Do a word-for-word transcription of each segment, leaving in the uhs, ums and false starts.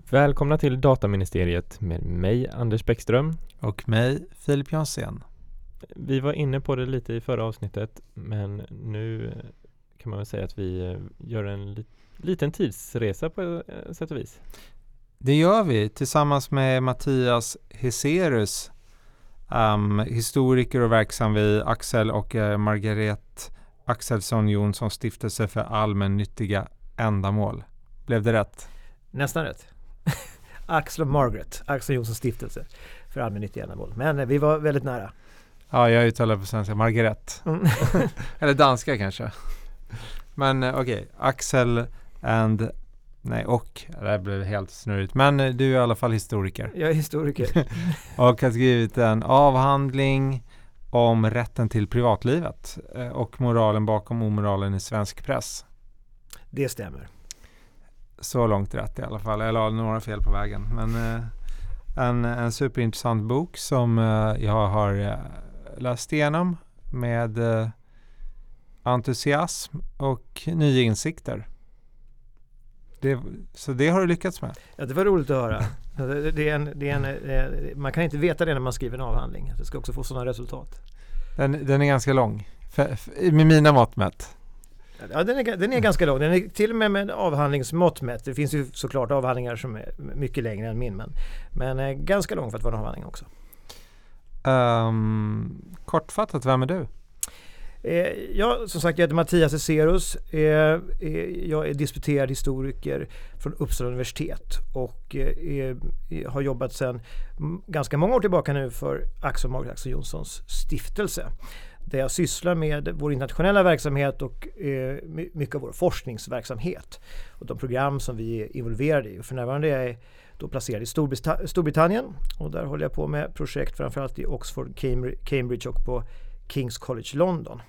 Välkomna till Dataministeriet med mig Anders Bäckström. Och mig Filip Jonsén. Vi var inne på det lite i förra avsnittet, men nu kan man väl säga att vi gör en li- liten tidsresa på sätt och vis. Det gör vi tillsammans med Mattias Heserus, um, historiker och verksam vid Axel och uh, Margaret Axelsson Jonsson stiftelse för allmännyttiga ändamål. Blev det rätt? Nästan rätt. Axel och Margaret, Axel Jonsson stiftelse för allmännyttiga ändamål. Men eh, vi var väldigt nära. Ja, jag uttalar på svenska Margaret. Mm. Eller danska kanske. Men uh, okej, okay. Axel and... Nej, och det här blev helt snurrigt. Men uh, du är i alla fall historiker. Jag är historiker. Och har skrivit en avhandling om rätten till privatlivet uh, och moralen bakom omoralen i svensk press. Det stämmer. Så långt rätt i alla fall. Jag la några fel på vägen. Men uh, en, en superintressant bok som uh, jag har uh, läst igenom med uh, entusiasm och nya insikter. Det, så det har du lyckats med. Ja, det var roligt att höra. Det är en, det är en, det är, man kan inte veta det när man skriver en avhandling. Det ska också få sådana resultat. Den, den är ganska lång. För, för, med mina mått mätt. Ja, den är, den är ganska lång. Den är till och med med avhandlingsmått mätt. Det finns ju såklart avhandlingar som är mycket längre än min. Men, men är ganska lång för att vara en avhandling också. Um, kortfattat, vem är du? Eh, ja, som sagt, jag heter Mattias Heserus. Eh, eh, jag är disputerad historiker från Uppsala universitet och eh, eh, har jobbat sedan m- ganska många år tillbaka nu för Axel och Margaret Axel Jonssons stiftelse. Där jag sysslar med vår internationella verksamhet och eh, mycket av vår forskningsverksamhet. Och de program som vi är involverade i. Och för närvarande är jag då placerad i Storbrit- Storbritannien. Och där håller jag på med projekt framförallt i Oxford, Cambridge och på King's College London.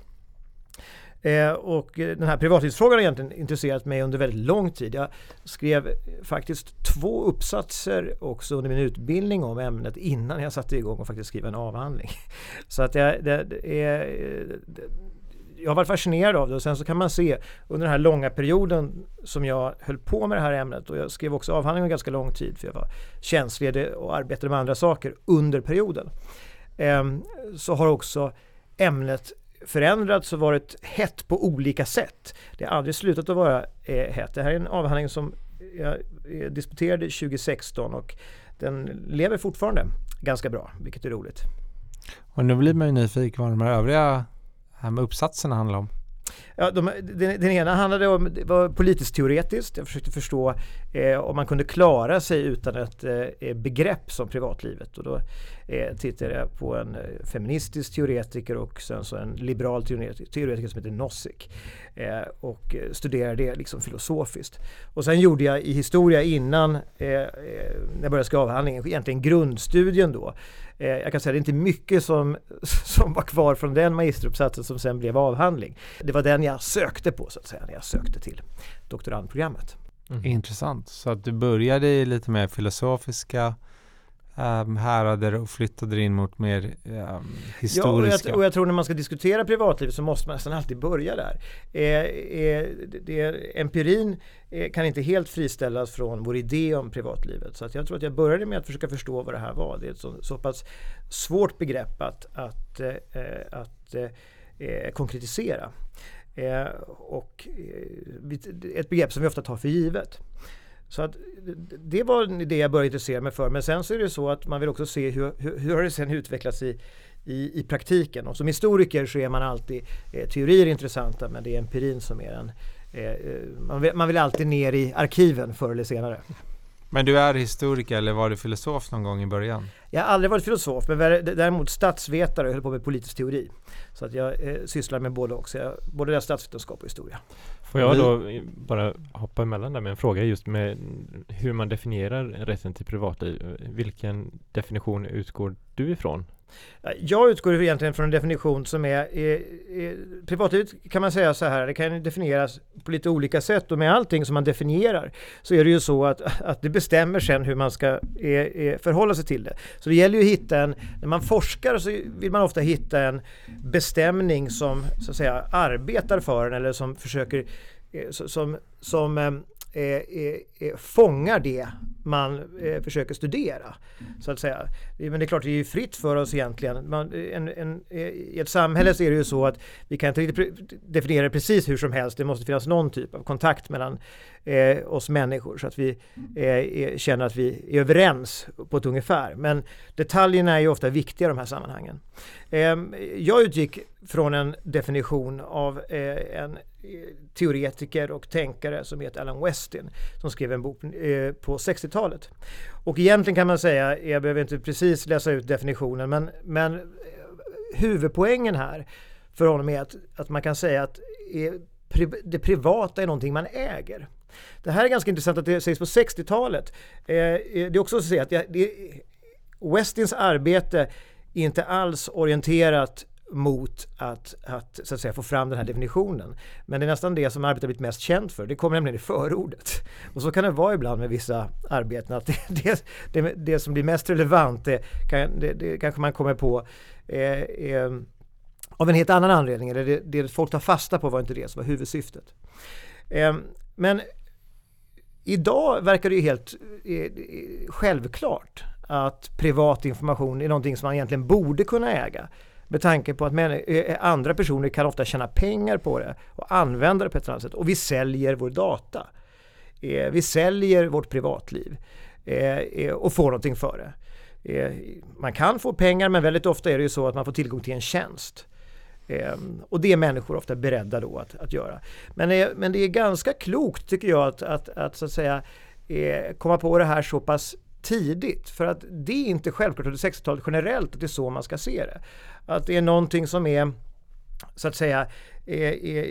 Eh, och den här privatlivsfrågan har egentligen intresserat mig under väldigt lång tid. Jag skrev faktiskt två uppsatser också under min utbildning om ämnet innan jag satte igång och faktiskt skriva en avhandling. Så att jag, det, det är, det, jag har varit fascinerad av det, och sen så kan man se under den här långa perioden som jag höll på med det här ämnet, och jag skrev också avhandling en ganska lång tid för jag var tjänstledig och arbetade med andra saker under perioden. Eh, så har också ämnet förändrats och varit hett på olika sätt. Det har aldrig slutat att vara eh, hett. Det här är en avhandling som jag eh, disputerade tjugo sexton och den lever fortfarande ganska bra, vilket är roligt. Och nu blir man ju nyfiken vad de här övriga här med uppsatserna handlar om. Ja, de, den, den ena handlade om, det var politiskt teoretiskt. Jag försökte förstå eh, om man kunde klara sig utan ett eh, begrepp som privatlivet. Och då eh, tittade jag på en eh, feministisk teoretiker och sen så en liberal teoretiker, teoretiker som heter Nozick. Eh, och studerade det liksom filosofiskt. Och sen gjorde jag i historia innan eh, när jag började skriva avhandlingen, egentligen grundstudien då. Eh, jag kan säga att det är inte mycket som, som var kvar från den magisteruppsatsen som sen blev avhandling. Det var den jag sökte på så att säga när jag sökte till doktorandprogrammet. Mm. Intressant. Så att du började i lite mer filosofiska um, härader och flyttade in mot mer um, historiska. Ja, och jag, och jag tror när man ska diskutera privatliv så måste man nästan alltid börja där. Eh, eh, det, empirin eh, kan inte helt friställas från vår idé om privatlivet. Så att jag tror att jag började med att försöka förstå vad det här var. Det är ett så, så pass svårt begrepp att, att, eh, att eh, konkretisera. Eh, och eh, ett begrepp som vi ofta tar för givet. Så att det var det jag började intressera mig för. Men sen så är det så att man vill också se hur, hur, hur har det sen utvecklats i, i, i praktiken. Och som historiker så är man alltid, eh, teorier är intressanta, men det är empirin som är en, eh, man, vill, man vill alltid ner i arkiven förr eller senare. Men du är historiker eller var du filosof någon gång i början? Jag har aldrig varit filosof, men däremot statsvetare och höll på med politisk teori. Så att jag eh, sysslar med både också. Jag, både där statsvetenskap och historia. Får jag då bara hoppa emellan där med en fråga just med hur man definierar rätten till privatliv. Vilken definition utgår du ifrån? Jag utgår egentligen från en definition som är, är, är privatlivet kan man säga så här, det kan definieras på lite olika sätt, och med allting som man definierar så är det ju så att, att det bestämmer sen hur man ska är, är, förhålla sig till det. Så det gäller ju att hitta en, när man forskar så vill man ofta hitta en bestämning som så att säga arbetar för en, eller som försöker som, som eh, eh, eh, fångar det man eh, försöker studera, så att säga. Men det är klart, det är ju fritt för oss egentligen. Man, en, en, I ett samhälle så är det ju så att vi kan inte riktigt definiera det precis hur som helst. Det måste finnas någon typ av kontakt mellan eh, oss människor så att vi eh, känner att vi är överens på ett ungefär. Men detaljerna är ju ofta viktiga i de här sammanhangen. Eh, jag utgick från en definition av eh, en teoretiker och tänkare som heter Alan Westin, som skrev en bok eh, på sextiotalet. Och egentligen kan man säga, jag behöver inte precis läsa ut definitionen, men, men huvudpoängen här för honom är att, att man kan säga att eh, pri- det privata är någonting man äger. Det här är ganska intressant att det sägs på sextiotalet. Eh, det är också att säga att det, det, Westins arbete är inte alls orienterat mot att, att, så att säga, få fram den här definitionen. Men det är nästan det som arbetet har blivit mest känt för. Det kommer nämligen i förordet. Och så kan det vara ibland med vissa arbeten att det, det, det, det som blir mest relevant det, kan, det, det kanske man kommer på eh, eh, av en helt annan anledning. Eller det, det folk tar fasta på var inte det som var huvudsyftet. Eh, men idag verkar det ju helt eh, självklart att privat information är någonting som man egentligen borde kunna äga. Med tanke på att män, andra personer kan ofta tjäna pengar på det och använda det på ett annat sätt. Och vi säljer vår data. Eh, vi säljer vårt privatliv eh, och får någonting för det. Eh, man kan få pengar, men väldigt ofta är det ju så att man får tillgång till en tjänst. Eh, och det är människor ofta beredda då att, att göra. Men, eh, men det är ganska klokt, tycker jag, att, att, att, så att säga, eh, komma på det här så pass tidigt, för att det är inte självklart under sextiotalet generellt att det är så man ska se det. Att det är någonting som är, så att säga, är, är,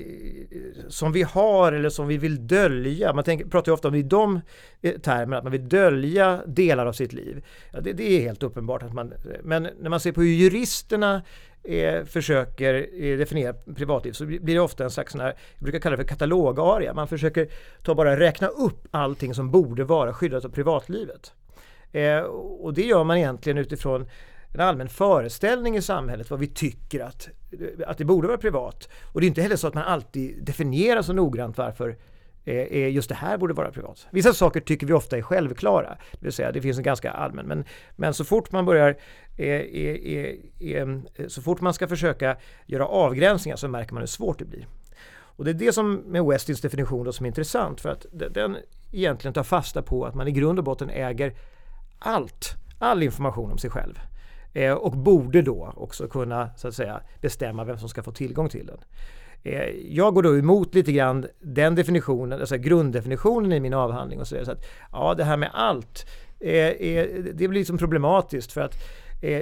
som vi har eller som vi vill dölja. Man tänker, pratar ju ofta om i de termer att man vill dölja delar av sitt liv. Ja, det, det är helt uppenbart att man, men när man ser på hur juristerna eh, försöker eh, definiera privatliv så blir det ofta en slags sån här, jag brukar kalla det för katalogaria. Man försöker ta bara räkna upp allting som borde vara skyddat av privatlivet. Eh, och det gör man egentligen utifrån en allmän föreställning i samhället vad vi tycker att, att det borde vara privat. Och det är inte heller så att man alltid definierar så noggrant varför eh, just det här borde vara privat. Vissa saker tycker vi ofta är självklara, det vill säga det finns en ganska allmän. Men, men så fort man börjar eh, eh, eh, så fort man ska försöka göra avgränsningar så märker man hur svårt det blir. Och det är det som med Westins definition då som är intressant, för att den egentligen tar fasta på att man i grund och botten äger allt, all information om sig själv. Eh, och borde då också kunna, så att säga, bestämma vem som ska få tillgång till den. Eh, jag går då emot lite grann den definitionen, alltså grunddefinitionen i min avhandling och så, så att ja, det här med allt eh, eh, det blir liksom problematiskt, för att eh,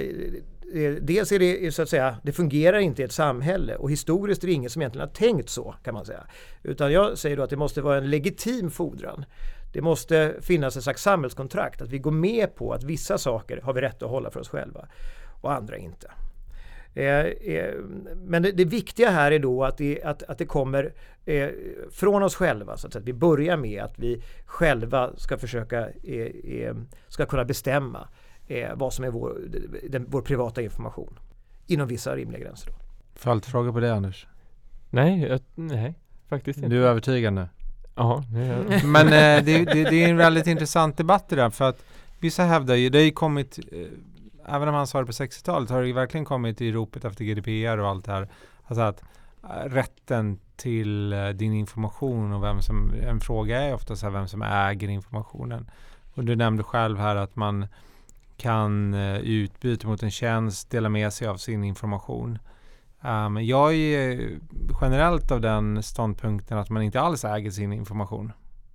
dels är det, så att säga, det fungerar inte i ett samhälle, och historiskt är det ingen som egentligen har tänkt så, kan man säga. Utan jag säger då att det måste vara en legitim fordran. Det måste finnas ett slags samhällskontrakt, att vi går med på att vissa saker har vi rätt att hålla för oss själva och andra inte. Eh, eh, men det, det viktiga här är då att det, att, att det kommer eh, från oss själva, så att, att vi börjar med att vi själva ska försöka eh, eh, ska kunna bestämma eh, vad som är vår, den, vår privata information inom vissa rimliga gränser. Följdfråga på det, Anders? Nej, jag, nej, faktiskt inte. Du är övertygande. Ja, det men eh, det, det, det är en väldigt intressant debatt det där, för att vissa hävdar ju, det har ju kommit, eh, även om man sa det på sextiotalet, har det ju verkligen kommit i ropet efter G D P R och allt det här, alltså att äh, rätten till äh, din information och vem som, en fråga är ofta så här, vem som äger informationen. Och du nämnde själv här att man kan äh, utbyta mot en tjänst, dela med sig av sin information. Um, jag är generellt av den ståndpunkten att man inte alls äger sin information.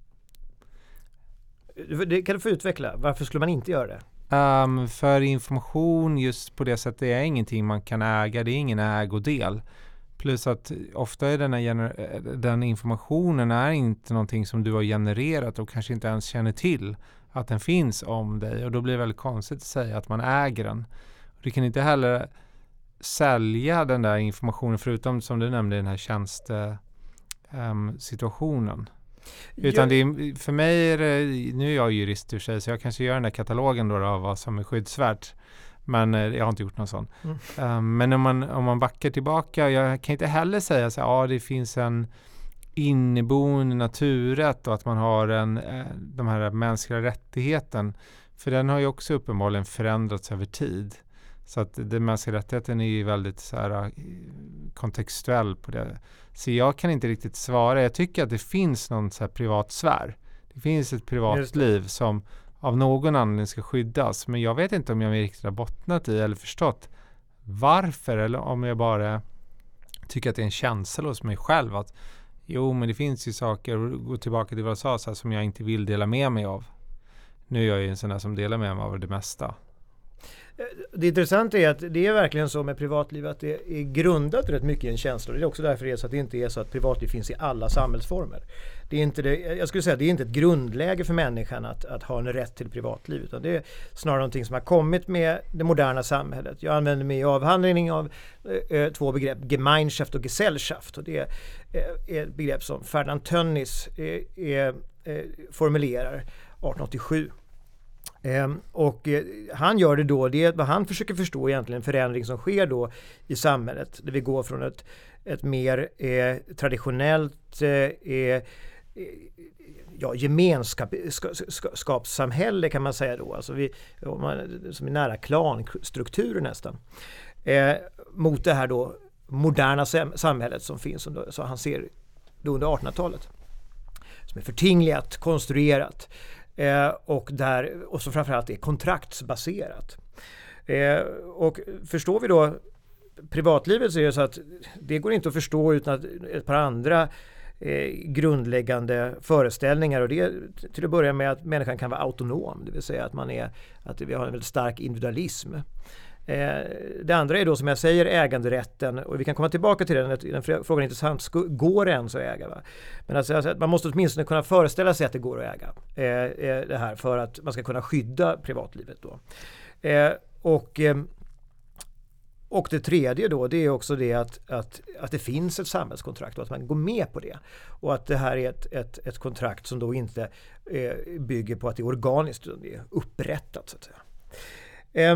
Det kan du få utveckla. Varför skulle man inte göra det? Um, för information just på det sättet, det är ingenting man kan äga. Det är ingen ägodel. Plus att ofta är den, gener- den informationen är inte någonting som du har genererat och kanske inte ens känner till att den finns om dig. Och då blir det väldigt konstigt att säga att man äger den. Du kan inte heller sälja den där informationen, förutom som du nämnde den här tjänstesituationen. Um, Utan det är, för mig är det, nu är jag jurist i och för sig, så jag kanske gör den där katalogen då av vad som är skyddsvärt. Men eh, jag har inte gjort någon sån. Mm. Um, men om man, om man backar tillbaka, jag kan inte heller säga så ja, det finns en inneboende naturrätt och att man har en, de här mänskliga rättigheten. För den har ju också uppenbarligen förändrats över tid. Så att den mänskliga rättigheten är ju väldigt så här, kontextuell på det. Så jag kan inte riktigt svara. Jag tycker att det finns någon så här privat sfär. Det finns ett privatliv som av någon anledning ska skyddas. Men jag vet inte om jag riktigt har bottnat i eller förstått varför. Eller om jag bara tycker att det är en känsla hos mig själv. Att jo, men det finns ju saker, och gå tillbaka till vad jag sa, så här, som jag inte vill dela med mig av. Nu är jag ju en sån där som delar med mig av det mesta. Det intressanta är att det är verkligen så med privatliv att det är grundat rätt mycket i en känsla. Det är också därför det är så att det inte är så att privatliv finns i alla samhällsformer. Det är inte det, jag skulle säga att det är inte ett grundläge för människan att, att ha en rätt till privatliv, utan det är snarare någonting som har kommit med det moderna samhället. Jag använder mig i avhandling av eh, två begrepp, Gemeinschaft och Gesellschaft, och det är, eh, är ett begrepp som Ferdinand Tönnies eh, eh, formulerar arton åttiosju. Eh, och eh, han gör det då, det är vad han försöker förstå egentligen, en förändring som sker då i samhället, där vi går från ett, ett mer eh, traditionellt eh, eh, ja, gemenskapssamhälle kan man säga då, alltså vi, man, som är nära klanstrukturer nästan, eh, mot det här då moderna samhället som finns under, så han ser då under artonhundratalet, som är förtingligt, konstruerat. Eh, och, där, och så framförallt är kontraktsbaserat. Eh, och förstår vi då privatlivet, så är det så att det går inte att förstå utan att ett par andra eh, grundläggande föreställningar, och det är till att börja med att människan kan vara autonom, det vill säga att, man är, att vi har en väldigt stark individualism. Eh, det andra är då, som jag säger, äganderätten, och vi kan komma tillbaka till den, den frågan är intressant, går det ens att äga? Va? Men alltså, alltså, man måste åtminstone kunna föreställa sig att det går att äga eh, det här, för att man ska kunna skydda privatlivet då. Eh, och, eh, och det tredje då, det är också det att, att, att det finns ett samhällskontrakt och att man går med på det, och att det här är ett, ett, ett kontrakt som då inte eh, bygger på att det är organiskt, utan det är upprättat så att säga. Eh,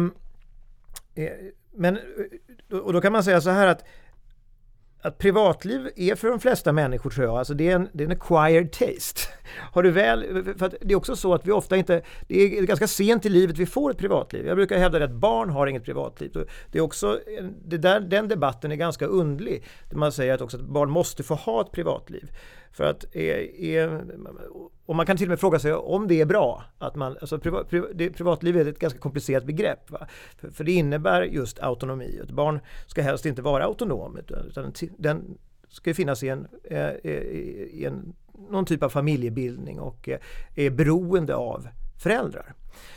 Men, och då kan man säga så här att, att privatliv är för de flesta människor, tror jag, alltså det är en, det är en acquired taste. Har du väl, för att det är också så att vi ofta inte, det är ganska sent i livet vi får ett privatliv. Jag brukar hävda att barn har inget privatliv. Det är också, det där, den debatten är ganska underlig, där man säger att också att barn måste få ha ett privatliv. För att, är, är, och man kan till och med fråga sig om det är bra. Att man, alltså priva, priva, det, privatliv är ett ganska komplicerat begrepp. Va? För, för det innebär just autonomi. Ett barn ska helst inte vara autonom, utan, utan den ska finnas i, en, i en, någon typ av familjebildning och är beroende av föräldrar.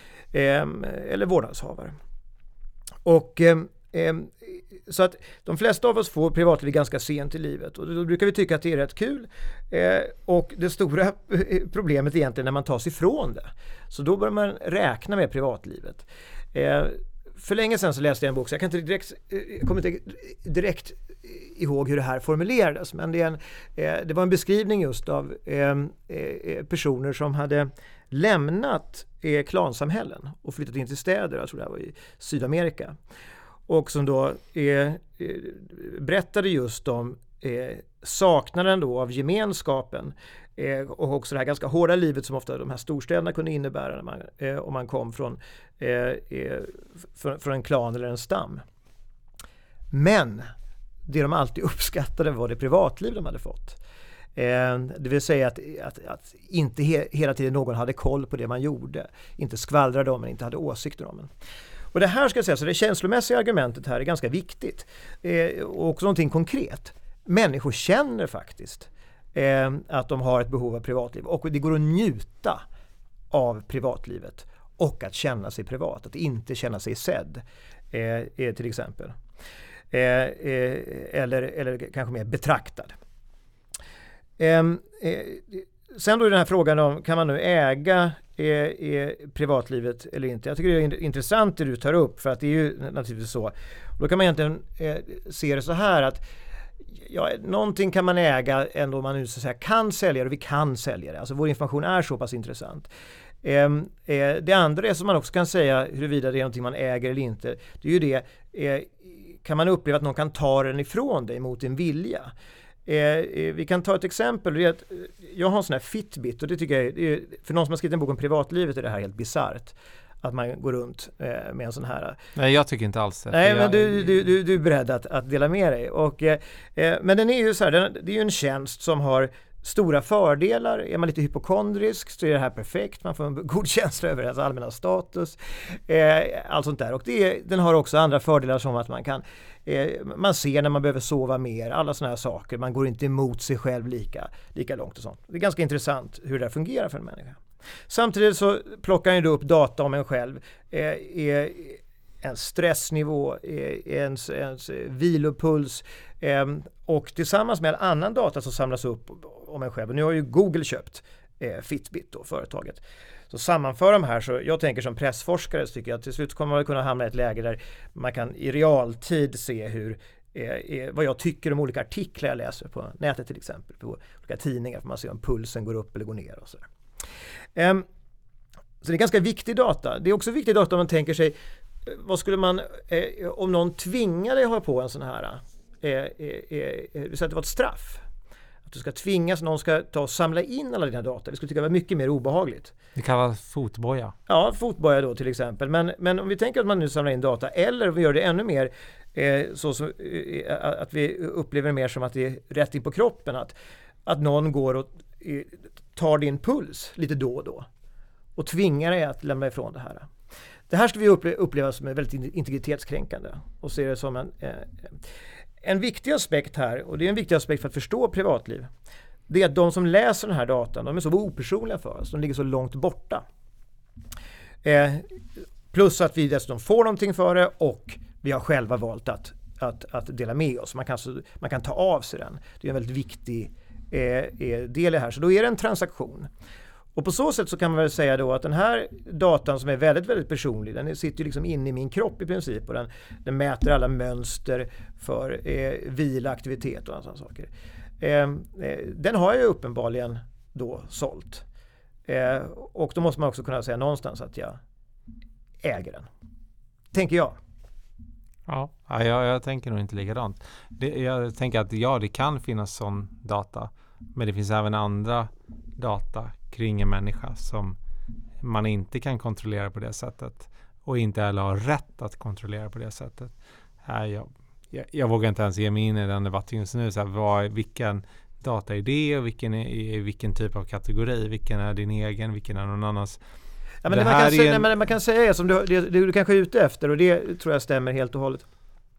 Eller vårdnadshavare. Och så att de flesta av oss får privatliv ganska sent i livet, och då brukar vi tycka att det är rätt kul, eh, och det stora problemet egentligen när man tar sig ifrån det, så då börjar man räkna med privatlivet. Eh, för länge sedan så läste jag en bok, så jag kan inte direkt, jag kommer inte direkt ihåg hur det här formulerades, men det, är en, eh, det var en beskrivning just av eh, eh, personer som hade lämnat eh, klansamhällen och flyttat in till städer, jag tror det var i Sydamerika. Och som då eh, berättade just om eh, saknaden då av gemenskapen eh, och också det här ganska hårda livet som ofta de här storstäderna kunde innebära när man, eh, om man kom från, eh, eh, från, från en klan eller en stam. Men det de alltid uppskattade var det privatliv de hade fått. Eh, det vill säga att, att, att inte he, hela tiden någon hade koll på det man gjorde. Inte skvallrade om, men inte hade åsikter om en. Och det här ska jag säga, så det känslomässiga argumentet här är ganska viktigt. Eh, och också någonting konkret. Människor känner faktiskt eh, att de har ett behov av privatliv. Och det går att njuta av privatlivet. Och att känna sig privat. Att inte känna sig sedd. Eh, till exempel. Eh, eh, eller, eller kanske mer betraktad. Eh, eh, sen då är den här frågan om, kan man nu äga Är, är privatlivet eller inte? Jag tycker det är intressant det du tar upp, för att det är ju naturligtvis så. Då kan man egentligen eh, se det så här att ja, någonting kan man äga ändå man nu så att säga kan sälja det, och vi kan sälja det. Alltså vår information är så pass intressant. Eh, eh, det andra är som man också kan säga huruvida det är någonting man äger eller inte. Det är ju det, eh, kan man uppleva att någon kan ta den ifrån dig mot din vilja? Eh, vi kan ta ett exempel. Det är att jag har en sån här Fitbit och det tycker jag är, för någon som har skrivit en bok om privatlivet är det här helt bizarrt. Att man går runt eh, med en sån här. Nej, jag tycker inte alls det. Nej, men jag, du, du, du, du är beredd att, att dela med dig. Och, eh, men den är ju så här, den, det är ju en tjänst som har stora fördelar. Är man lite hypokondrisk så är det här perfekt. Man får en god känsla över ens allmänna status. Eh, allt sånt där. Och det, den har också andra fördelar som att man kan eh, man ser när man behöver sova mer. Alla såna här saker. Man går inte emot sig själv lika, lika långt och sånt. Det är ganska intressant hur det där fungerar för en människa. Samtidigt så plockar han ju upp data om en själv. Eh, eh, en stressnivå, eh, ens, ens vilopuls eh, och tillsammans med all annan data som samlas upp om en själv. Och nu har ju Google köpt eh, Fitbit då, företaget. Så sammanför de här, så jag tänker som pressforskare så tycker jag att till slut kommer man kunna hamna i ett läge där man kan i realtid se hur eh, eh, vad jag tycker om olika artiklar jag läser på nätet till exempel, på olika tidningar, för man ser om pulsen går upp eller går ner och så där. Um, så det är ganska viktig data. Det är också viktig data om man tänker sig vad skulle man, eh, om någon tvingar dig att ha på en sån här eh, eh, eh, så att det var ett straff. Att du ska tvingas, någon ska ta och samla in alla dina data. Det skulle tycka var mycket mer obehagligt. Det kallas fotboja. Ja, fotboja då till exempel. Men, men om vi tänker att man nu samlar in data, eller vi gör det ännu mer eh, så, så eh, att vi upplever det mer som att det är rätt in på kroppen. Att, att någon går och eh, tar din puls lite då och då och tvingar dig att lämna ifrån det här. Det här ska vi uppleva, uppleva som är väldigt integritetskränkande och se det som en, eh, en viktig aspekt här, och det är en viktig aspekt för att förstå privatliv. Det är att de som läser den här datan, de är så opersonliga för oss, de ligger så långt borta. Eh, plus att vi dessutom får någonting för det och vi har själva valt att, att, att dela med oss. Man kan, så, man kan ta av sig den. Det är en väldigt viktig eh, del i det här. Så då är det en transaktion. Och på så sätt så kan man väl säga då att den här datan som är väldigt, väldigt personlig, den sitter ju liksom inne i min kropp i princip, och den, den mäter alla mönster för eh, vila, aktivitet och sådana saker. Eh, eh, den har jag uppenbarligen då sålt. Eh, och då måste man också kunna säga någonstans att jag äger den. Tänker jag. Ja, jag, jag tänker nog inte likadant. Det, jag tänker att ja, det kan finnas sån data, men det finns även andra data kring en människa som man inte kan kontrollera på det sättet och inte heller har rätt att kontrollera på det sättet. Här, jag, jag, jag vågar inte ens ge mig in i den debatten just nu. Så här, vad, vilken data är det och vilken är i vilken typ av kategori? Vilken är din egen? Vilken är någon annans? Ja, men det, det man, kan säga, en... nej, man kan säga som du, det, det du kanske är ute efter, och det tror jag stämmer helt och hållet.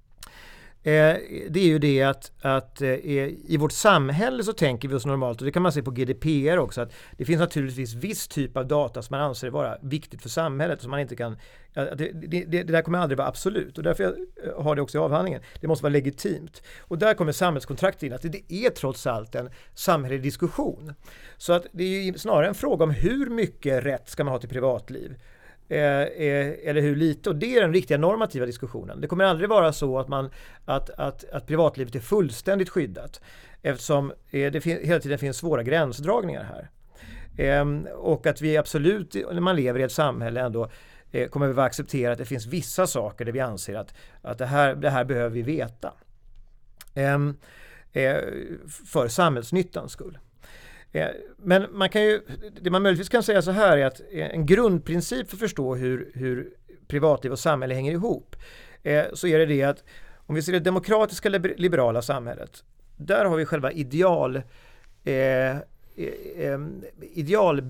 Eh, det är ju det att, att eh, i vårt samhälle så tänker vi oss normalt, och det kan man se på G D P R också, att det finns naturligtvis viss typ av data som man anser vara viktigt för samhället, som man inte kan, det, det, det där kommer aldrig vara absolut, och därför jag har det också i avhandlingen. Det måste vara legitimt, och där kommer samhällskontrakt in, att det är trots allt en samhällelig diskussion. Så att det är ju snarare en fråga om hur mycket rätt ska man ha till privatliv. Eh, eh, eller hur lite, och det är den riktiga normativa diskussionen. Det kommer aldrig vara så att, man, att, att, att privatlivet är fullständigt skyddat, eftersom eh, det fin- hela tiden finns svåra gränsdragningar här. Eh, och att vi absolut, när man lever i ett samhälle ändå, eh, kommer vi att acceptera att det finns vissa saker där vi anser att, att det, här, det här behöver vi veta. Eh, eh, för samhällsnyttans skull. Men man kan ju, det man möjligtvis kan säga så här är att en grundprincip för att förstå hur, hur privatliv och samhälle hänger ihop, så är det det att om vi ser det demokratiska liberala samhället, där har vi själva ideal eh, eh, ideal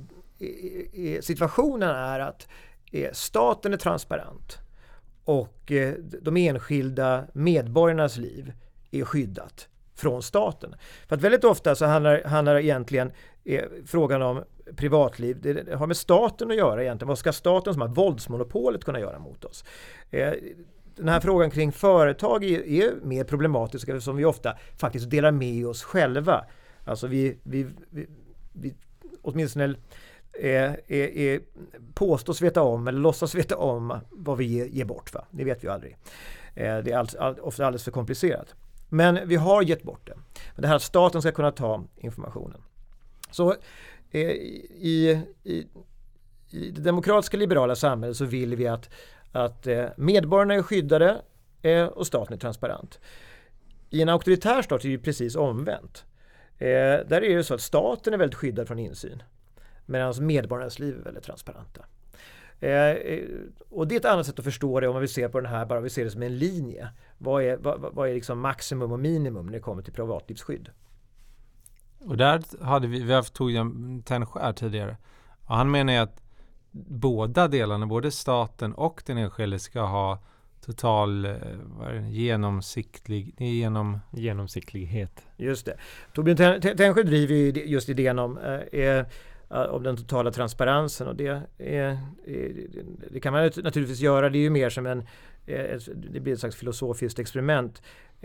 eh, situationen är att eh, staten är transparent och eh, de enskilda medborgarnas liv är skyddat från staten. För att väldigt ofta så handlar, handlar egentligen eh, frågan om privatliv, det, det har med staten att göra egentligen. Vad ska staten som har våldsmonopolet kunna göra mot oss? Eh, den här frågan kring företag är, är mer problematisk, eftersom vi ofta faktiskt delar med oss själva. Alltså vi, vi, vi, vi åtminstone eh, eh, påstås veta om eller låtsas veta om vad vi ger, ger bort. Va? Det vet vi ju aldrig. Eh, det är all, all, ofta alldeles för komplicerat. Men vi har gett bort det. Men det här att staten ska kunna ta informationen. Så eh, i, i, i det demokratiska liberala samhället så vill vi att, att eh, medborgarna är skyddade eh, och staten är transparent. I en auktoritär stat är det ju precis omvänt. där är det så att staten är väldigt skyddad från insyn, medan medborgarnas liv är väldigt transparenta. Eh, och det är ett annat sätt att förstå det om man vill se på den här, bara vi ser det som en linje. Vad är, vad, vad är liksom maximum och minimum när det kommer till privatlivsskydd? Och där hade vi, vi haft tog en Tänskär tidigare. Och han menar ju att båda delarna, både staten och den enskilde, ska ha total vad är det, genomsiktlig, genom... genomsiktlighet. Just det. Torbjörn Tännsjö driver ju just idén om eh, om den totala transparensen, och det, är, det kan man naturligtvis göra. Det är ju mer som en det blir ett slags filosofiskt experiment.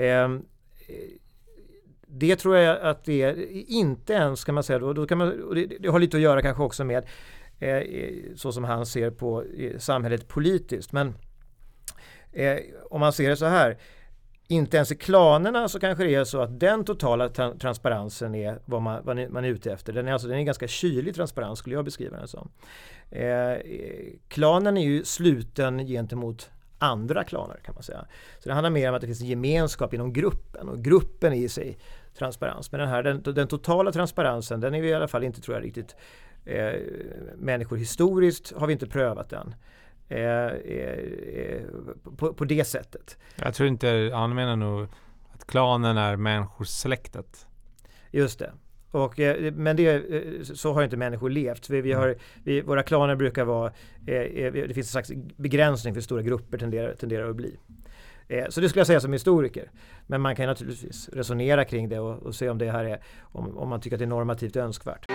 Det tror jag att det är inte ens, kan man säga, då, då kan man, och det, det har lite att göra kanske också med så som han ser på samhället politiskt, men om man ser det så här, inte ens i klanerna så kanske det är så att den totala tra- transparensen är vad man, vad man är ute efter. Den är, alltså, den är ganska kylig transparens, skulle jag beskriva den som. Eh, klanen är ju sluten gentemot andra klaner, kan man säga. Så det handlar mer om att det finns en gemenskap inom gruppen, och gruppen är i sig transparens. Men den här den, den totala transparensen, den är vi i alla fall inte, tror jag, riktigt eh, människor historiskt har vi inte prövat den. Eh, eh, på, på det sättet. Jag tror inte, han menar nog att klanen är människosläktet. Just det. Och, eh, men det, eh, så har inte människor levt. Vi, vi har, vi, våra klaner brukar vara, eh, det finns en slags begränsning för stora grupper tenderar, tenderar att bli. Eh, så det skulle jag säga som historiker. Men man kan naturligtvis resonera kring det och, och se om det här är, om, om man tycker att det är normativt önskvärt.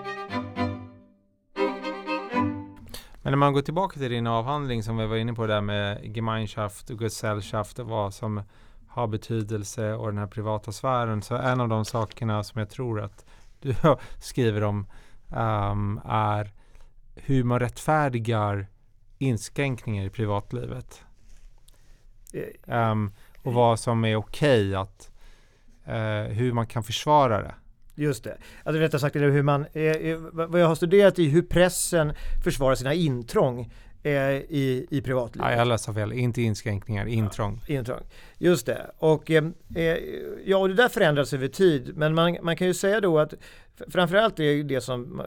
Men när man går tillbaka till din avhandling som vi var inne på där med Gemeinschaft och Gesellschaft och vad som har betydelse och den här privata sfären, så en av de sakerna som jag tror att du skriver om um, är hur man rättfärdigar inskränkningar i privatlivet. Um, och vad som är okej att uh, hur man kan försvara det. Just det. Alltså rättare sagt är det hur man, eh, vad jag har studerat i hur pressen försvarar sina intrång eh, i, i privatlivet. Ja, jag läser fel. Inte inskränkningar, intrång. Ja, intrång. Just det. Och eh, ja, och det där förändras över tid. Men man, man kan ju säga då att framförallt är det som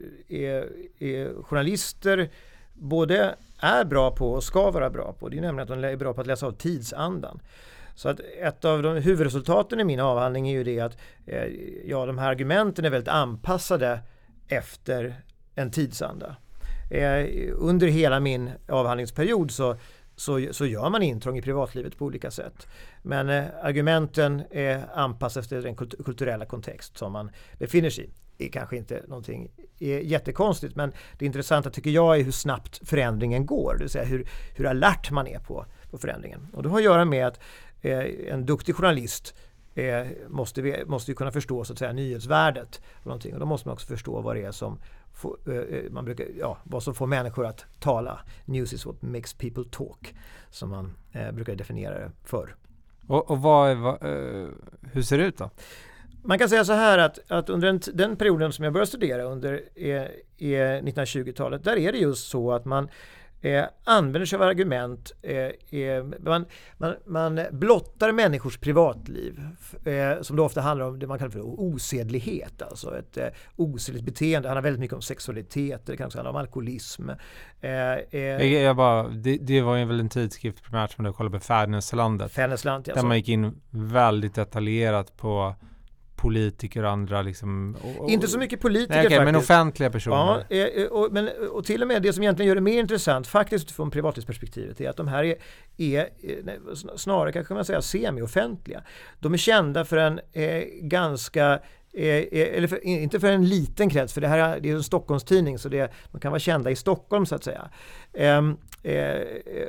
är, är journalister både är bra på och ska vara bra på. Det är nämligen att de är bra på att läsa av tidsandan. Så att ett av de huvudresultaten i min avhandling är ju det att eh, ja, de här argumenten är väldigt anpassade efter en tidsanda. Eh, under hela min avhandlingsperiod så, så, så gör man intrång i privatlivet på olika sätt. Men eh, argumenten är anpassade efter den kult- kulturella kontext som man befinner sig i. Det är kanske inte någonting är jättekonstigt, men det intressanta tycker jag är hur snabbt förändringen går. Det vill säga hur, hur alert man är på, på förändringen. Och det har att göra med att eh, en duktig journalist eh, måste, vi, måste ju kunna förstå så att säga nyhetsvärdet och någonting. Och då måste man också förstå vad det är som får, eh, man brukar, ja, vad som får människor att tala. News is what makes people talk, som man eh, brukar definiera det för. Och, och vad, vad, eh, hur ser det ut då? Man kan säga så här att, att under den, den perioden som jag började studera under eh, eh, nittonhundratjugotalet, där är det just så att man eh, använder sig av argument, eh, eh, man, man, man blottar människors privatliv eh, som då ofta handlar om det man kallar för osedlighet, alltså ett eh, osedligt beteende. Det handlar väldigt mycket om sexualitet, det kan också handla om alkoholism. Eh, eh, jag, jag bara, det, det var ju väl en tidskrift primärt som du kollade på Fäderneslandet. Fädernesland, där man gick in väldigt detaljerat på politiker och andra liksom, och, och, inte så mycket politiker nej, okay, faktiskt. Men offentliga personer. Ja, och, men, och till och med det som egentligen gör det mer intressant faktiskt från privatlivsperspektivet är att de här är, är nej, snarare kanske man säga semi-offentliga. De är kända för en eh, ganska Eh, eller för, inte för en liten krets, för det här är, det är en Stockholmstidning, så det, de kan vara kända i Stockholm så att säga. Eh, eh,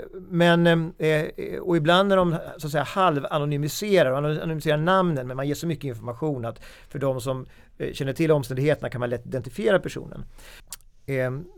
men eh, och ibland när de så att säga halv-anonymiserar och anonymiserar namnen, men man ger så mycket information att för de som eh, känner till omständigheterna kan man lätt identifiera personen. Eh,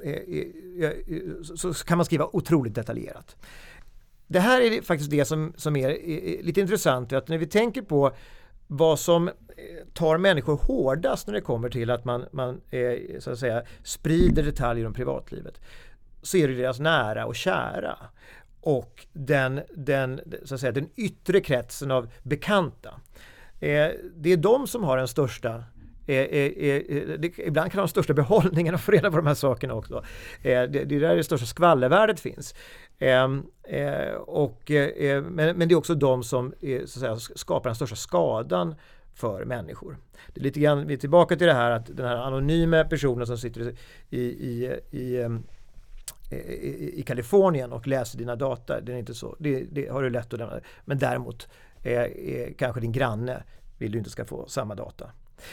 eh, eh, så, så kan man skriva otroligt detaljerat. Det här är faktiskt det som, som är eh, lite intressant, att när vi tänker på vad som tar människor hårdast när det kommer till att man, man eh, så att säga, sprider detaljer om privatlivet, så är det deras nära och kära och den, den, så att säga, den yttre kretsen av bekanta. eh, det är de som har den största Eh, eh, eh, det, ibland kan de största behållningen att få reda på de här sakerna också. Eh, det, det är där det största skvallervärdet finns. Eh, eh, och, eh, men, men det är också de som eh, så att säga, skapar den största skadan för människor. Det är lite grann, vi är tillbaka till det här att den här anonyma personen som sitter i, i, i, i, i Kalifornien och läser dina data, det är inte så. Det, det har du lätt att lämna. Men däremot eh, eh, kanske din granne vill du inte ska få samma data.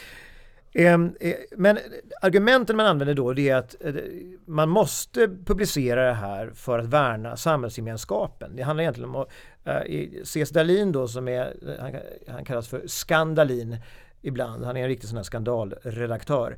Men argumenten man använder då det är att man måste publicera det här för att värna samhällsgemenskapen. Det handlar egentligen om C S. Dahlin då som är, han, han kallas för Skandalin ibland. Han är en riktig sån här skandalredaktör.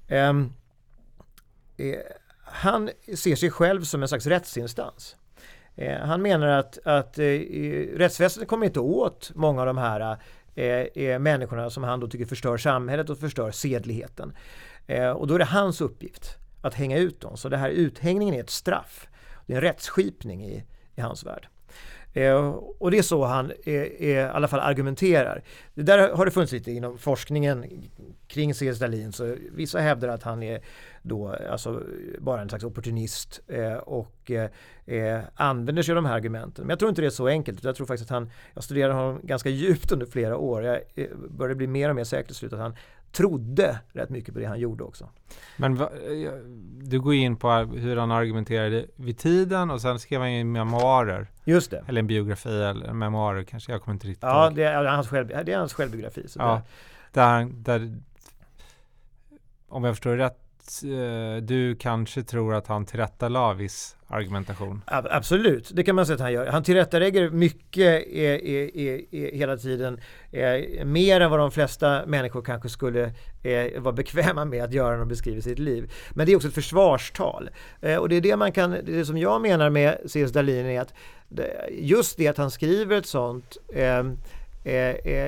Han ser sig själv som en slags rättsinstans. Han menar att, att rättsväsendet kommer inte åt många av de här är människorna som han då tycker förstör samhället och förstör sedligheten. Eh, och då är det hans uppgift att hänga ut dem. Så det här uthängningen är ett straff. Det är en rättsskipning i, i hans värld. Eh, och det är så han eh, eh, i alla fall argumenterar. Det där har det funnits lite inom forskningen kring C S. Dahlin. Så vissa hävdar att han är då alltså bara en slags opportunist eh, och eh, använder sig av de här argumenten. Men jag tror inte det är så enkelt. Jag tror faktiskt att han, jag studerade honom ganska djupt under flera år. Jag eh, började bli mer och mer säker till slut att han trodde rätt mycket på det han gjorde också. Men va, du går in på hur han argumenterade vid tiden och sen skrev han ju memoarer. Just det. Eller en biografi eller memoarer kanske, jag kommer inte riktigt Ja, ihåg. det är hans, själv, det är hans självbiografi. Så ja, det. Där, där, om jag förstår rätt, du kanske tror att han tillrättalade viss argumentation. Absolut, det kan man säga att han gör. Han tillrättalägger mycket är, är, är, är hela tiden är, mer än vad de flesta människor kanske skulle är, vara bekväma med att göra när de beskriver sitt liv. Men det är också ett försvarstal. Eh, och det är det man kan, det som jag menar med C S. Dahlin är att det, just det att han skriver ett sånt eh, eh, eh,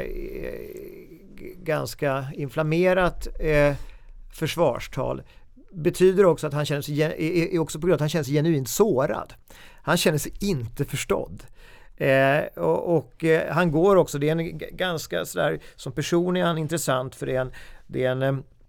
ganska inflammerat eh, försvarstal betyder också att han känner sig, är också på grund av att han känner sig genuint sårad. Han känner sig inte förstådd. Eh, och, och eh, han går också, det är en ganska sådär, som person är han intressant för det är en, det är en,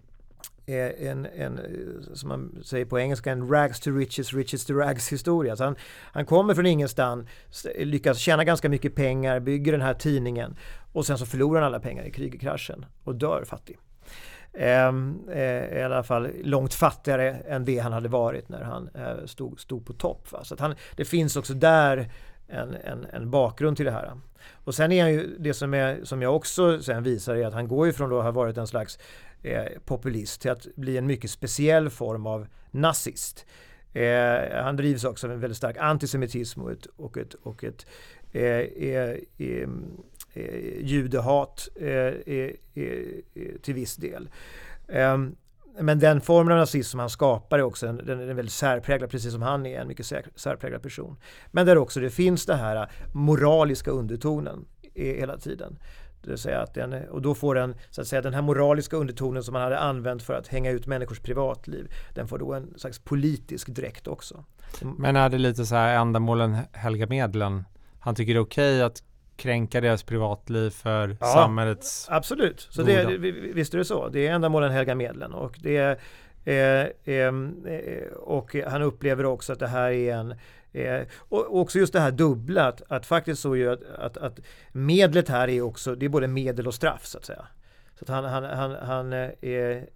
eh, en, en som man säger på engelska, en rags to riches, riches to rags historia. Så han, han kommer från ingenstans, lyckas tjäna ganska mycket pengar, bygger den här tidningen och sen så förlorar han alla pengar i krigkraschen och dör fattig. Eh, eh, i alla fall långt fattigare än det han hade varit när han eh, stod, stod på topp. Va? Så att han, det finns också där en, en, en bakgrund till det här. Och sen är han ju, det som, är, som jag också sen visar är att han går ifrån då att ha varit en slags eh, populist till att bli en mycket speciell form av nazist. Eh, han drivs också av en väldigt stark antisemitism och ett, och ett, och ett eh, eh, eh, Eh, judehat eh, eh, eh, till viss del. Eh, men den formen av nazism som han skapar är också en, den är väldigt särpräglad, precis som han är en mycket sär, särpräglad person. Men där också det finns det här moraliska undertonen eh, hela tiden. Det vill säga att den, och då får den, så att säga, den här moraliska undertonen som man hade använt för att hänga ut människors privatliv, den får då en slags politisk dräkt också. Men är det lite så här ändamålen helga medlen? Han tycker det är okej att kränka deras privatliv för ja, samhällets absolut. Så det, visst är det så. Det är ändamålen helga medlen och det är, eh, eh, och han upplever också att det här är en eh, och också just det här dubbla att, att faktiskt så ju att, att, att medlet här är också, det är både medel och straff så att säga. Så att han, han, han, han är, är,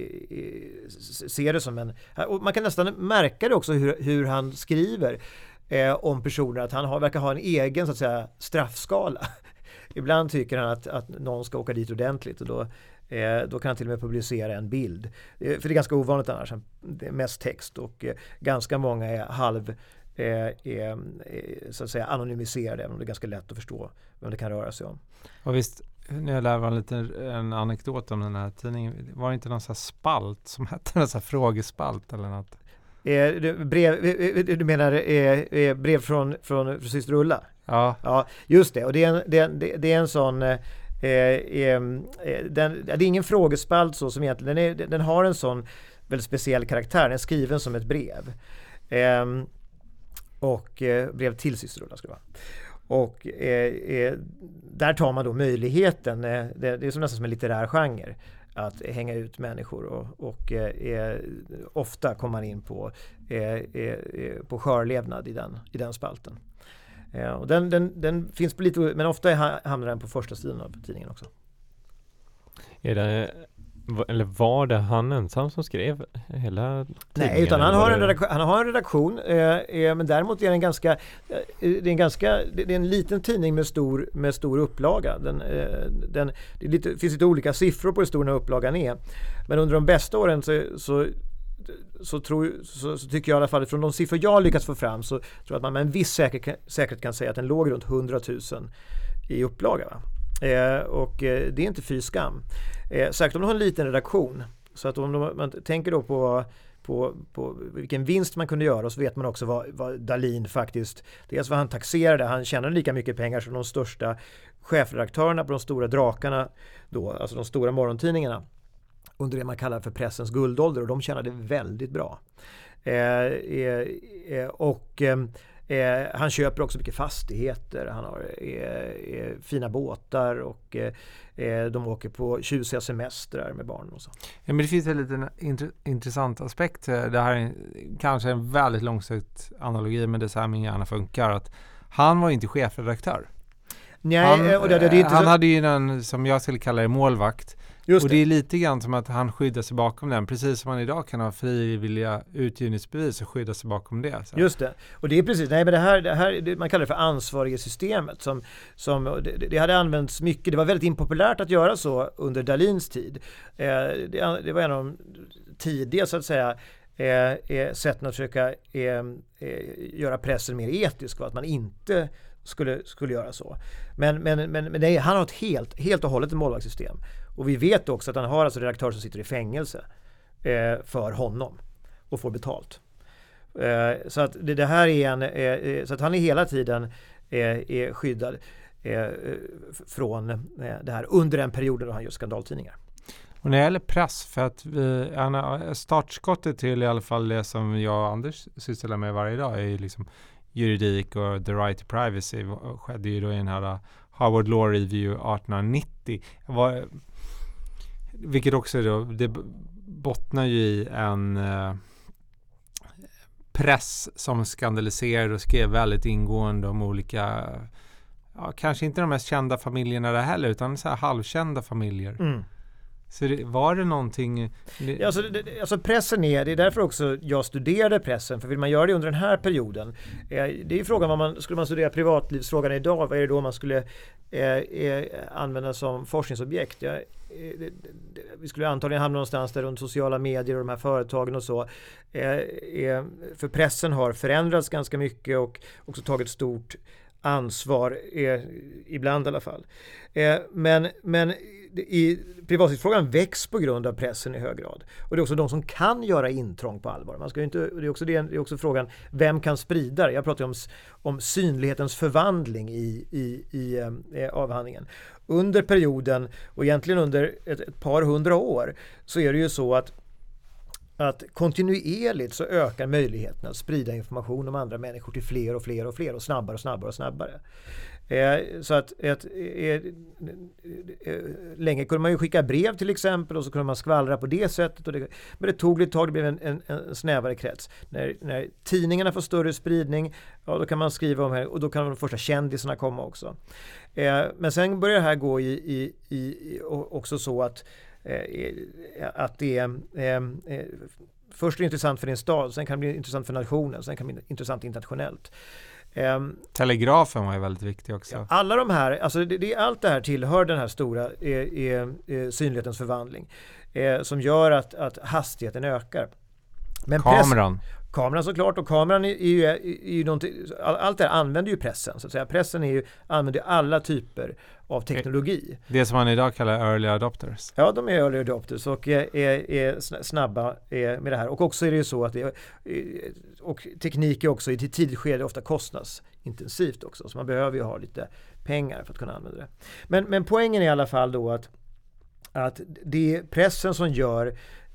är, ser det som en, och man kan nästan märka det också hur, hur han skriver Eh, om personer, att han har, verkar ha en egen så att säga straffskala. Ibland tycker han att, att någon ska åka dit ordentligt och då, eh, då kan han till och med publicera en bild. Eh, för det är ganska ovanligt annars. Det är mest text och eh, ganska många är halv eh, är, så att säga anonymiserade, även om det är ganska lätt att förstå vad det kan röra sig om. Och visst, nu jag lärde en liten en anekdot om den här tidningen. Var det inte någon sån här spalt som hette en sån här frågespalt eller något? Eh, brev, du menar eh, brev från, från syster Ulla? Ja. Ja, just det. Och det är en, det är, det är en sån eh, eh, den, det är ingen frågespalt så som egentligen, den, är, den har en sån väldigt speciell karaktär. Den är skriven som ett brev. Eh, och eh, brev till syster Ulla ska det vara. Och eh, eh, där tar man då möjligheten, eh, det, det är som nästan som en litterär genre, att hänga ut människor och, och eh, ofta kommer man in på, eh, eh, på skörlevnad i den, i den spalten. Eh, och den, den, den finns på lite, men ofta hamnar den på första sidan av tidningen också. Är det, eller var det han ensam som skrev hela tidningen? Nej, utan han har, en redaktion, han har en redaktion, eh, eh, men däremot är det en ganska, eh, det är en ganska, det är en liten tidning med stor, med stor upplaga. Den, eh, den, det är lite, finns lite olika siffror på hur stor den här upplagan är. Men under de bästa åren så, så Så, tror, så, så tycker jag i alla fall från de siffror jag har lyckats få fram, så tror jag att man med en viss säker, säkerhet kan säga att den låg runt hundratusen i upplaga. Va? Eh, och eh, det är inte fy skam. Eh, säkert om de har en liten redaktion. Så att om de, man tänker då på, på, på vilken vinst man kunde göra, så vet man också vad, vad Dahlin faktiskt, dels vad han taxerade, han tjänade lika mycket pengar som de största chefredaktörerna på de stora drakarna då, alltså de stora morgontidningarna, under det man kallar för pressens guldålder, och de tjänade väldigt bra. Eh, eh, eh, och eh, han köper också mycket fastigheter, han har eh, eh, fina båtar och eh, de åker på tjusiga semestrar med barn och så. Ja, men det finns en liten int- intressant aspekt. Det här är kanske en väldigt långsökt analogi, men det är så här min hjärna funkar. Att han var inte chefredaktör. Nej, han och det, det är inte han så... hade ju en, som jag skulle kalla det, målvakt. Just och det. det är lite grann som att han skyddar sig bakom den. Precis som man idag kan ha frivilliga utgivningsbevis och skydda sig bakom det. Så. Just det. Och det är precis, nej men det här, det här det, man kallar det för ansvarighetssystemet. Som, som, det, det hade använts mycket, det var väldigt impopulärt att göra så under Dahlins tid. Eh, det, det var en av de tidiga så att säga eh, eh, sätten att försöka eh, eh, göra pressen mer etisk, och att man inte skulle, skulle göra så. Men, men, men, men nej, han har ett helt, helt och hållet ett målvaktssystem. Och vi vet också att han har alltså redaktörer som sitter i fängelse eh, för honom och får betalt. Eh, så att det, det här är en, eh, så att han är hela tiden eh, är skyddad eh, från eh, det här under den perioden då han gör skandaltidningar. Och när det gäller press, för att vi, Anna, startskottet till i alla fall det som jag och Anders sysslar med varje dag är ju liksom juridik och the right to privacy skedde ju då i den här Harvard Law Review artonhundranittio. Var, vilket också då, det bottnar ju i en eh, press som skandaliserade och skrev väldigt ingående om olika, ja, kanske inte de mest kända familjerna där heller, utan så här halvkända familjer. Mm. Så det, var det någonting... Det... Ja, alltså, det, alltså pressen är, det är därför också jag studerade pressen, för vill man göra det under den här perioden, eh, det är ju frågan vad man, skulle man studera privatlivsfrågan idag, vad är det då man skulle eh, eh, använda som forskningsobjekt? Ja, eh, det, det, vi skulle antagligen hamna någonstans där runt sociala medier och de här företagen och så. Eh, eh, för pressen har förändrats ganska mycket och också tagit stort ansvar, eh, ibland i alla fall. Eh, men, men i privatlivsfrågan väcks på grund av pressen i hög grad. Och det är också de som kan göra intrång på allvar. Man ska ju inte, det, är också det, det är också frågan, vem kan sprida det? Jag pratar om, om synlighetens förvandling i, i, i eh, avhandlingen. Under perioden, och egentligen under ett, ett par hundra år, så är det ju så att att kontinuerligt så ökar möjligheten att sprida information om andra människor till fler och fler och fler och snabbare och snabbare och snabbare. Eh, så att ett, eh, eh, länge kunde man ju skicka brev till exempel, och så kunde man skvallra på det sättet. Och det, men det tog lite tag, det blev en, en, en snävare krets. När, när tidningarna får större spridning, ja, då kan man skriva om här, och då kan de första kändisarna komma också. Eh, men sen börjar det här gå i, i, i också så att Eh, att det är eh, eh, först är det intressant för din stad, sen kan det bli intressant för nationen, sen kan det bli intressant internationellt. Eh, Telegrafen var ju väldigt viktig också. Ja, alla de här, alltså det, det, allt det här tillhör den här stora eh, eh, synlighetens förvandling eh, som gör att, att hastigheten ökar. Men kameran. Press, kameran såklart, och kameran är, är ju, är ju någonting, allt det här använder ju pressen så att säga. Pressen är ju, använder ju alla typer av teknologi. Det som man idag kallar early adopters. Ja, de är early adopters och är, är, är snabba med det här. Och också är det ju så att det, och teknik är också i ett tidigt skede ofta kostnadsintensivt också. Så man behöver ju ha lite pengar för att kunna använda det. Men, men poängen är i alla fall då att, att det är pressen som gör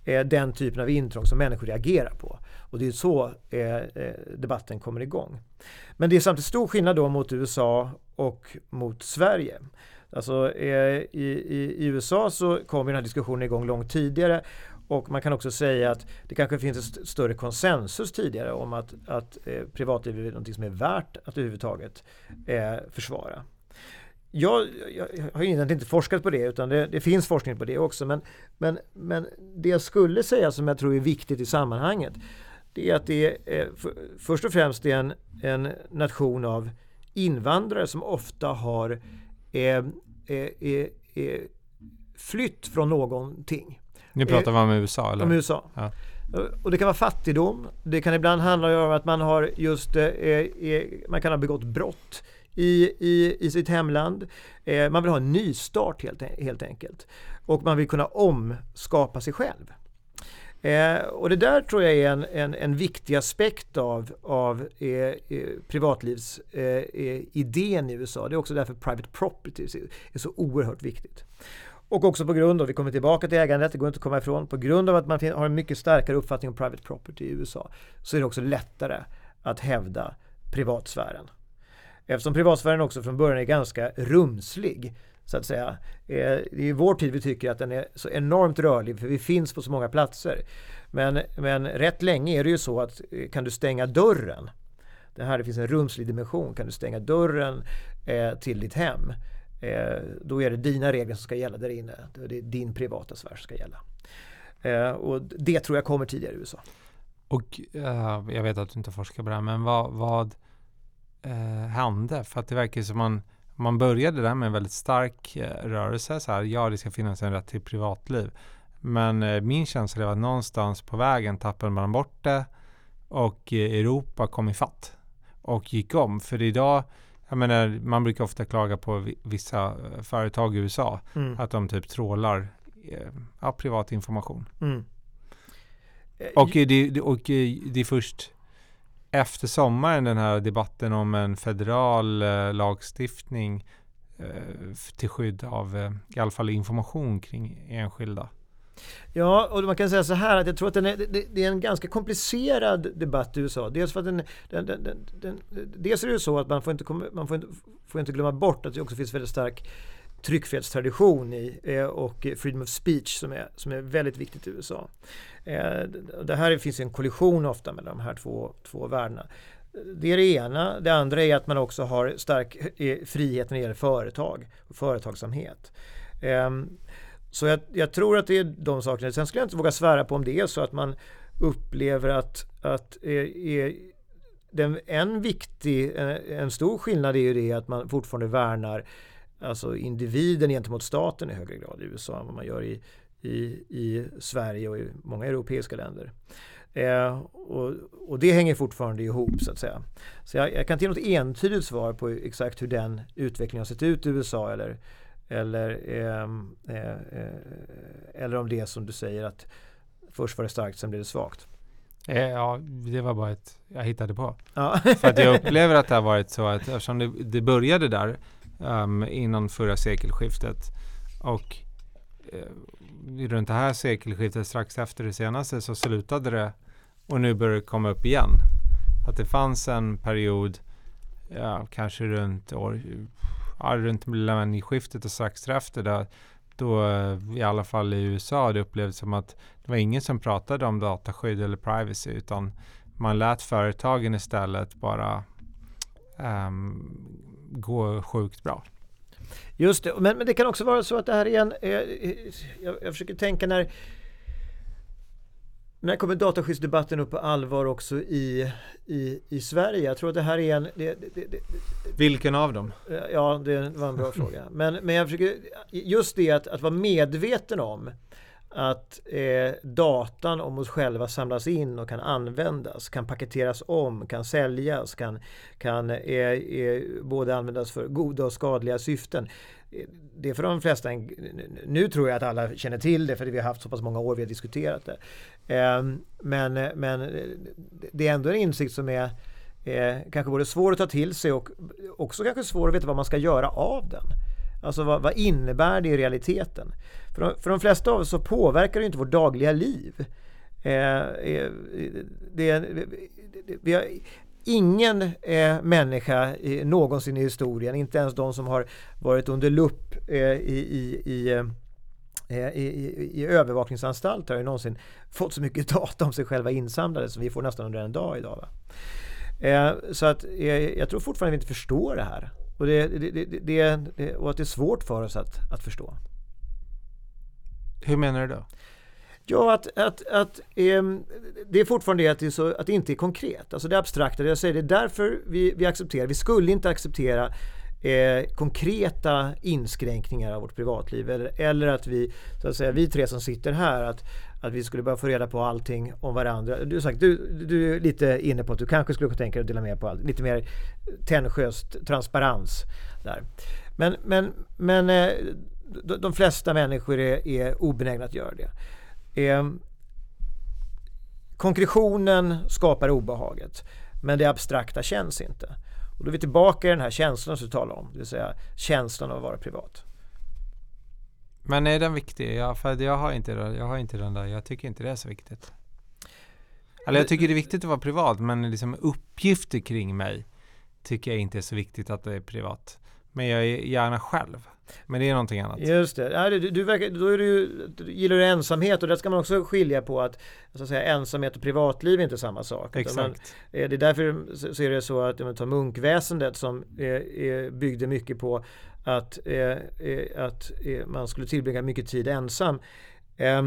eh, den typen av intrång som människor reagerar på. Och det är så eh, debatten kommer igång. Men det är samtidigt stor skillnad då mot U S A och mot Sverige. Alltså eh, i, i, i U S A så kom den här diskussionen igång långt tidigare, och man kan också säga att det kanske finns en st- större konsensus tidigare om att, att eh, privatliv är något som är värt att överhuvudtaget eh, försvara. Jag, jag, jag har egentligen inte forskat på det, utan det, det finns forskning på det också, men, men, men det jag skulle säga som jag tror är viktigt i sammanhanget, det är att det är för, först och främst är en, en nation av invandrare som ofta har eh, eh, eh, flytt från någonting. Nu pratar vi om U S A, eller? Om U S A. Ja. Och det kan vara fattigdom. Det kan ibland handla om att man har just eh, eh, man kan ha begått brott i, i, i sitt hemland. Eh, man vill ha en nystart helt, helt enkelt. Och man vill kunna omskapa sig själv. Eh, och det där tror jag är en, en, en viktig aspekt av, av eh, eh, privatlivsidén eh, i U S A. Det är också därför private property är, är så oerhört viktigt. Och också på grund av, vi kommer tillbaka till ägandet, det går inte att komma ifrån, på grund av att man har en mycket starkare uppfattning om private property i U S A, så är det också lättare att hävda privatsfären. Eftersom privatsfären också från början är ganska rumslig, så att säga. Det är i vår tid vi tycker att den är så enormt rörlig, för vi finns på så många platser. Men, men rätt länge är det ju så att kan du stänga dörren, det här det finns en rumslig dimension, kan du stänga dörren eh, till ditt hem, eh, då är det dina regler som ska gälla där inne. Det är din privata sfär som ska gälla. Eh, och det tror jag kommer tidigare i U S A. Och uh, jag vet att du inte forskar på det här, men vad, vad uh, hände? För att det verkar som man Man började där med en väldigt stark eh, rörelse. Så här, ja, det ska finnas en rätt till privatliv. Men eh, min känsla är att någonstans på vägen tappade man bort det. Och eh, Europa kom i fatt. Och gick om. För idag, jag menar, man brukar ofta klaga på vi, vissa eh, företag i U S A. Mm. Att de typ trålar eh, ja, privat information. Mm. Och, det, och det är först efter sommaren den här debatten om en federal eh, lagstiftning eh, till skydd av eh, i alla fall information kring enskilda. Ja, och man kan säga så här att jag tror att den är, det, det är en ganska komplicerad debatt i U S A. Dels för att den, den, den, den, den, dels är det ju så att man får inte, man får inte, får inte glömma bort att det också finns väldigt stark tryckfrihetstradition i eh, och freedom of speech som är, som är väldigt viktigt i U S A. Eh, det här finns en kollision ofta mellan de här två, två värdena. Det är det ena. Det andra är att man också har stark eh, frihet när det gäller företag och företagsamhet. Eh, så jag, jag tror att det är de sakerna. Sen skulle jag inte våga svära på om det är så att man upplever att, att eh, eh, den, en viktig, en, en stor skillnad är ju det att man fortfarande värnar alltså individen gentemot staten i högre grad i U S A än vad man gör i, i, i Sverige och i många europeiska länder. Eh, och, och det hänger fortfarande ihop så att säga. Så jag, jag kan inte ge något entydigt svar på exakt hur den utvecklingen har sett ut i U S A eller, eller, eh, eh, eller om det är som du säger att först var det starkt, sen blev det svagt. Ja, det var bara ett jag hittade på. Ja. För att jag upplever att det har varit så att eftersom det, det började där Um, innan förra sekelskiftet och uh, runt det här sekelskiftet strax efter det senaste så slutade det och nu börjar det komma upp igen. Att det fanns en period ja, kanske runt år ja, runt millennieskiftet och strax efter där, då uh, i alla fall i U S A det upplevdes som att det var ingen som pratade om dataskydd eller privacy utan man lät företagen istället bara um, gå sjukt bra. Just det, men, men det kan också vara så att det här är en eh, jag, jag försöker tänka när när kommer dataskyddsdebatten upp på allvar också i, i, i Sverige? Jag tror att det här är en det, det, det, det, vilken av dem? Ja, det var en bra fråga. Men, men jag försöker just det att, att vara medveten om att eh, datan om oss själva samlas in och kan användas, kan paketeras om, kan säljas, kan, kan eh, eh, både användas för goda och skadliga syften. Det är för de flesta, en, nu tror jag att alla känner till det för vi har haft så pass många år vi har diskuterat det. Eh, men, men det är ändå en insikt som är eh, kanske både svår att ta till sig och också kanske svår att veta vad man ska göra av den. Alltså vad, vad innebär det i realiteten? För de, för de flesta av oss så påverkar det inte vårt dagliga liv. Eh, eh, det, det, vi har ingen eh, människa eh, någonsin i historien, inte ens de som har varit under lupp eh, i, i, i, eh, i, i, i övervakningsanstalter har ju någonsin fått så mycket data om sig själva insamlade som vi får nästan under en dag idag. Va? Eh, så att eh, jag tror fortfarande vi inte förstår det här. Och, det, det, det, det, det, och att det är svårt för oss att, att förstå. Hur menar du då? Ja, att, att, att eh, det är fortfarande det att det, är så, att det inte är konkret. Alltså det abstrakta, det jag säger, det är därför vi, vi accepterar. Vi skulle inte acceptera eh, konkreta inskränkningar av vårt privatliv. Eller, eller att vi, så att säga, vi tre som sitter här, att, att vi skulle bara få reda på allting om varandra. Du, sagt, du, du är lite inne på att du kanske skulle kunna tänka dig att dela med på allt. Lite mer tenniöst transparens där. Men, men, men eh, de, de flesta människor är, är obenägna att göra det. Eh, konkretionen skapar obehaget, men det abstrakta känns inte. Och då är vi tillbaka i den här känslan som du talar om, det vill säga känslan av att vara privat. Men är den viktig? Ja, för jag har inte jag har inte den där. Jag tycker inte det är så viktigt. Eller jag tycker det är viktigt att vara privat, men liksom uppgifter kring mig tycker jag inte är så viktigt att det är privat. Men jag är gärna själv. Men det är någonting annat. Just det. Ja, du, du, verkar, då är du ju, gillar du ensamhet, och det ska man också skilja på att, så att säga, ensamhet och privatliv är inte samma sak. Exakt. Man, det är därför så är det så att om man tar munkväsendet som eh, byggde mycket på att, eh, att eh, man skulle tillbringa mycket tid ensam. Eh,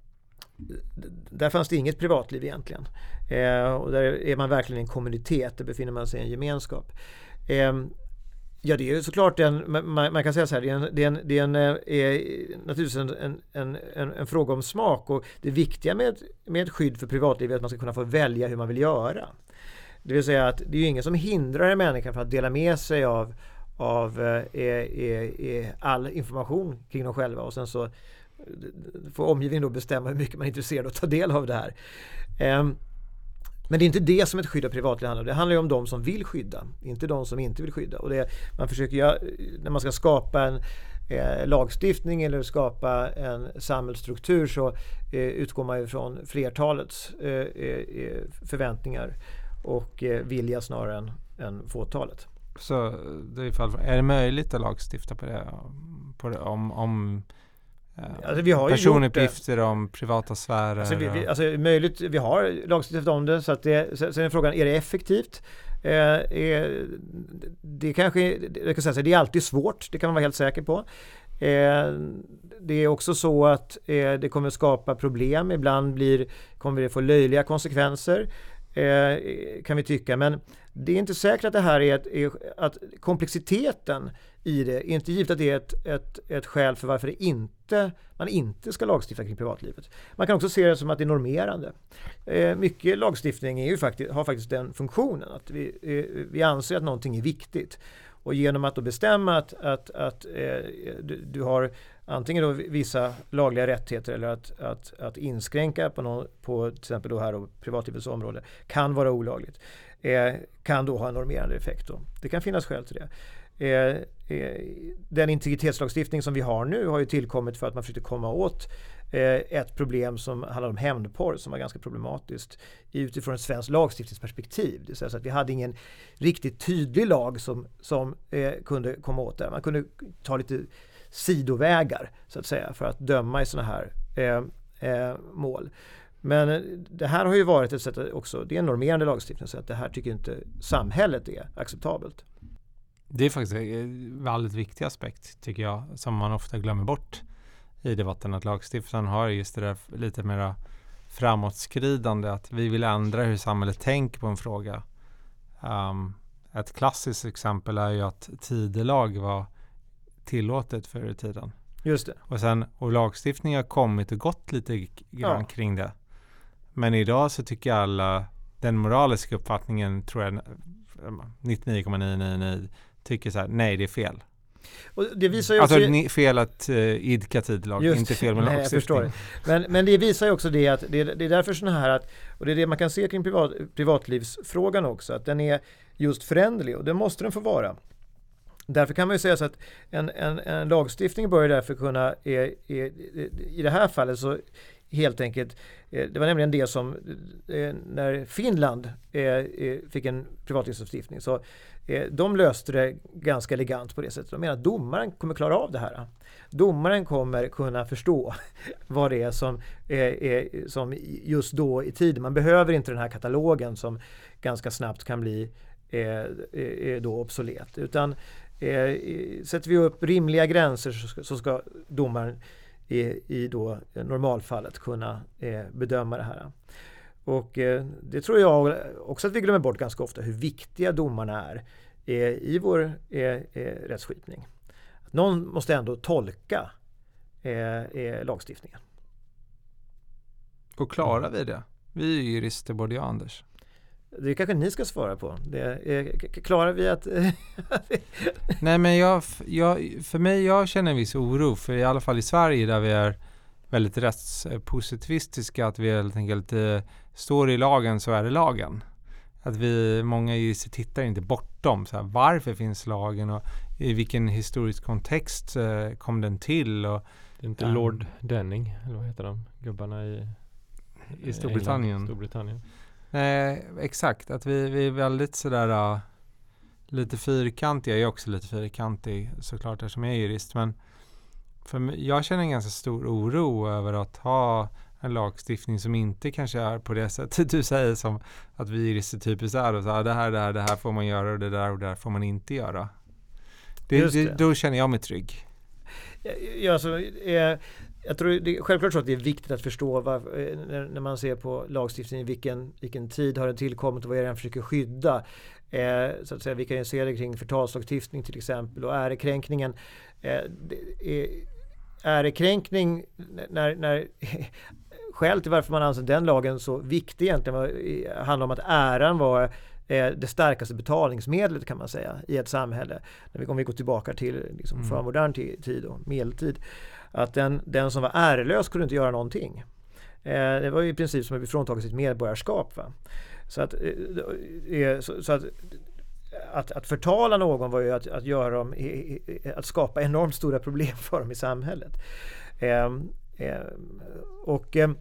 där fanns det inget privatliv egentligen. Eh, och där är man verkligen en kommunitet, där befinner man sig i en gemenskap. Eh, Ja, det är ju såklart en, man, man kan säga så här, det är, en, det är, en, det är, en, är naturligtvis en, en, en, en fråga om smak, och det viktiga med, med skydd för privatliv är att man ska kunna få välja hur man vill göra. Det vill säga att det är ju ingen som hindrar en människa från att dela med sig av, av eh, eh, all information kring dem själva, och sen så får omgivningen då bestämma hur mycket man är intresserad av att ta del av det här. Eh, Men det är inte det som ett skydd av privatliv handlar om. Det handlar ju om de som vill skydda, inte de som inte vill skydda. Och det, man försöker ju, när man ska skapa en eh, lagstiftning eller skapa en samhällsstruktur, så eh, utgår man ju från flertalets eh, eh, förväntningar och eh, vilja snarare än, än fåtalet. Så det är, fall, är det möjligt att lagstifta på det, på det om... om Alltså, vi har personuppgifter om privata sfärer? Alltså, vi, vi, alltså, möjligt, vi har lagstiftat om det, så att det, så, så är frågan, är det effektivt? Eh, är, det kanske, jag kan säga så, det är alltid svårt, det kan man vara helt säker på. Eh, det är också så att eh, det kommer skapa problem, ibland blir, kommer det få löjliga konsekvenser, eh, kan vi tycka, men det är inte säkert att det här är, ett, är att komplexiteten i det, inte givet att det är ett, ett, ett skäl för varför det inte, man inte ska lagstifta kring privatlivet. Man kan också se det som att det är normerande. Eh, mycket lagstiftning är ju faktiskt, har faktiskt den funktionen att vi, eh, vi anser att någonting är viktigt. Och genom att då bestämma att, att, att eh, du, du har antingen då vissa lagliga rättigheter eller att, att, att inskränka på, någon, på till exempel då här då, privatlivets område kan vara olagligt. Eh, kan då ha en normerande effekt. Då. Det kan finnas skäl till det. Eh, eh, den integritetslagstiftning som vi har nu har ju tillkommit för att man försökte komma åt eh, ett problem som handlar om hämndporr, som var ganska problematiskt utifrån ett svenskt lagstiftningsperspektiv. Det vill säga så att vi hade ingen riktigt tydlig lag som, som eh, kunde komma åt det. Man kunde ta lite sidovägar så att säga för att döma i sådana här eh, eh, mål. Men det här har ju varit ett sätt också, det är en normerande lagstiftning, så att det här tycker inte samhället är acceptabelt. Det är faktiskt en väldigt viktig aspekt, tycker jag, som man ofta glömmer bort i debatten, att lagstiftaren har just det där lite mer framåtskridande, att vi vill ändra hur samhället tänker på en fråga. Um, ett klassiskt exempel är ju att tidelag var tillåtet förr i tiden. Just det. Och sen, och lagstiftningen har kommit och gått lite grann ja. kring det. Men idag så tycker jag alla, den moraliska uppfattningen tror jag nittionio komma nio nio nio tycker så här, nej det är fel. Och det visar ju alltså också, ni, fel att uh, idka tidlag, just, inte fel med nej, lagstiftning. Jag förstår. Men, men det visar ju också det att det, det är därför såna här att, och det är det man kan se kring privat, privatlivsfrågan också, att den är just föränderlig, och det måste den få vara. Därför kan man ju säga så att en, en, en lagstiftning bör ju därför kunna, eh, eh, i det här fallet så helt enkelt, eh, det var nämligen det som eh, när Finland eh, fick en privatlivslagstiftning så eh, de löste det ganska elegant på det sättet. De menar att domaren kommer klara av det här. Domaren kommer kunna förstå vad det är som, eh, är, som just då i tid. Man behöver inte den här katalogen som ganska snabbt kan bli eh, eh, då obsolet, utan Eh, sätter vi upp rimliga gränser så, så ska domaren i, i då normalfallet kunna eh, bedöma det här. Och eh, det tror jag också att vi glömmer bort ganska ofta, hur viktiga domarna är eh, i vår eh, eh, rättsskipning. Att någon måste ändå tolka eh, eh, lagstiftningen. Och klarar vi det? Vi är ju jurister, både jag och Anders. Det kanske ni ska svara på. Det, är, klarar vi att... Nej, men jag, jag, för mig, jag känner en viss oro. För i alla fall i Sverige där vi är väldigt rättspositivistiska, att vi helt enkelt eh, står i lagen så är det lagen. Att vi, många jurister tittar inte bortom. Så här, varför finns lagen och i vilken historisk kontext eh, kom den till? Och, det är inte um, Lord Denning, eller vad heter de? Gubbarna i, i Storbritannien. England, Storbritannien. Nej, exakt. Att vi, vi är väldigt sådär uh, lite fyrkantiga. Jag är också lite fyrkantig såklart eftersom jag är jurist. Men för mig, jag känner en ganska stor oro över att ha en lagstiftning som inte kanske är på det sättet du säger, som att vi jurister typiskt är och så här, det här, det här, det här får man göra och det där och det där får man inte göra. Det, Just det. det, då känner jag mig trygg. Ja, alltså, eh, jag tror det är självklart så att det är viktigt att förstå vad, eh, när, när man ser på lagstiftningen, vilken, vilken tid har den tillkommit och vad är det den försöker skydda. Eh, så att säga, vi kan ju se det kring förtalslagstiftning till exempel och ärekränkningen. Eh, är, ärekränkning när, när skälet till varför man anser den lagen så viktig egentligen var, handlar om att äran var det starkaste betalningsmedlet kan man säga i ett samhälle. När vi, om vi går tillbaka till liksom, mm. förmodern tid och medeltid. Att den, den som var ärelös kunde inte göra någonting. Eh, det var ju i princip som att bli fråntagen sitt medborgarskap. Va? Så, att, eh, så, så att, att att förtala någon var ju att, att, göra dem, att skapa enormt stora problem för dem i samhället. Eh, eh, och eh,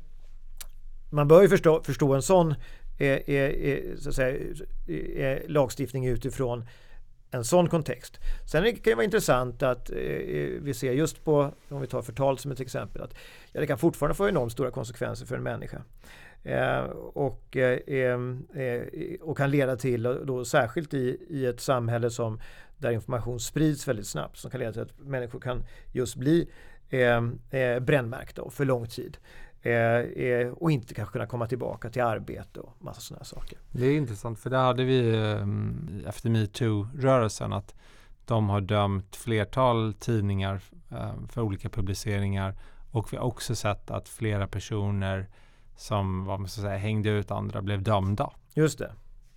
man bör ju förstå, förstå en sån Är, är, är, så att säga, är lagstiftning utifrån en sån kontext. Sen kan det vara intressant att eh, vi ser just på, om vi tar förtal som ett exempel, att ja, det kan fortfarande få enormt stora konsekvenser för en människa. Eh, och, eh, eh, och kan leda till, då, särskilt i, i ett samhälle som, där information sprids väldigt snabbt, som kan leda till att människor kan just bli eh, eh, brännmärkta för lång tid. Eh, eh, och inte kanske kunna komma tillbaka till arbete och massa sådana saker. Det är intressant, för där hade vi eh, efter MeToo-rörelsen att de har dömt flertal tidningar eh, för olika publiceringar, och vi har också sett att flera personer som vad man ska säga, hängde ut andra blev dömda. Just det.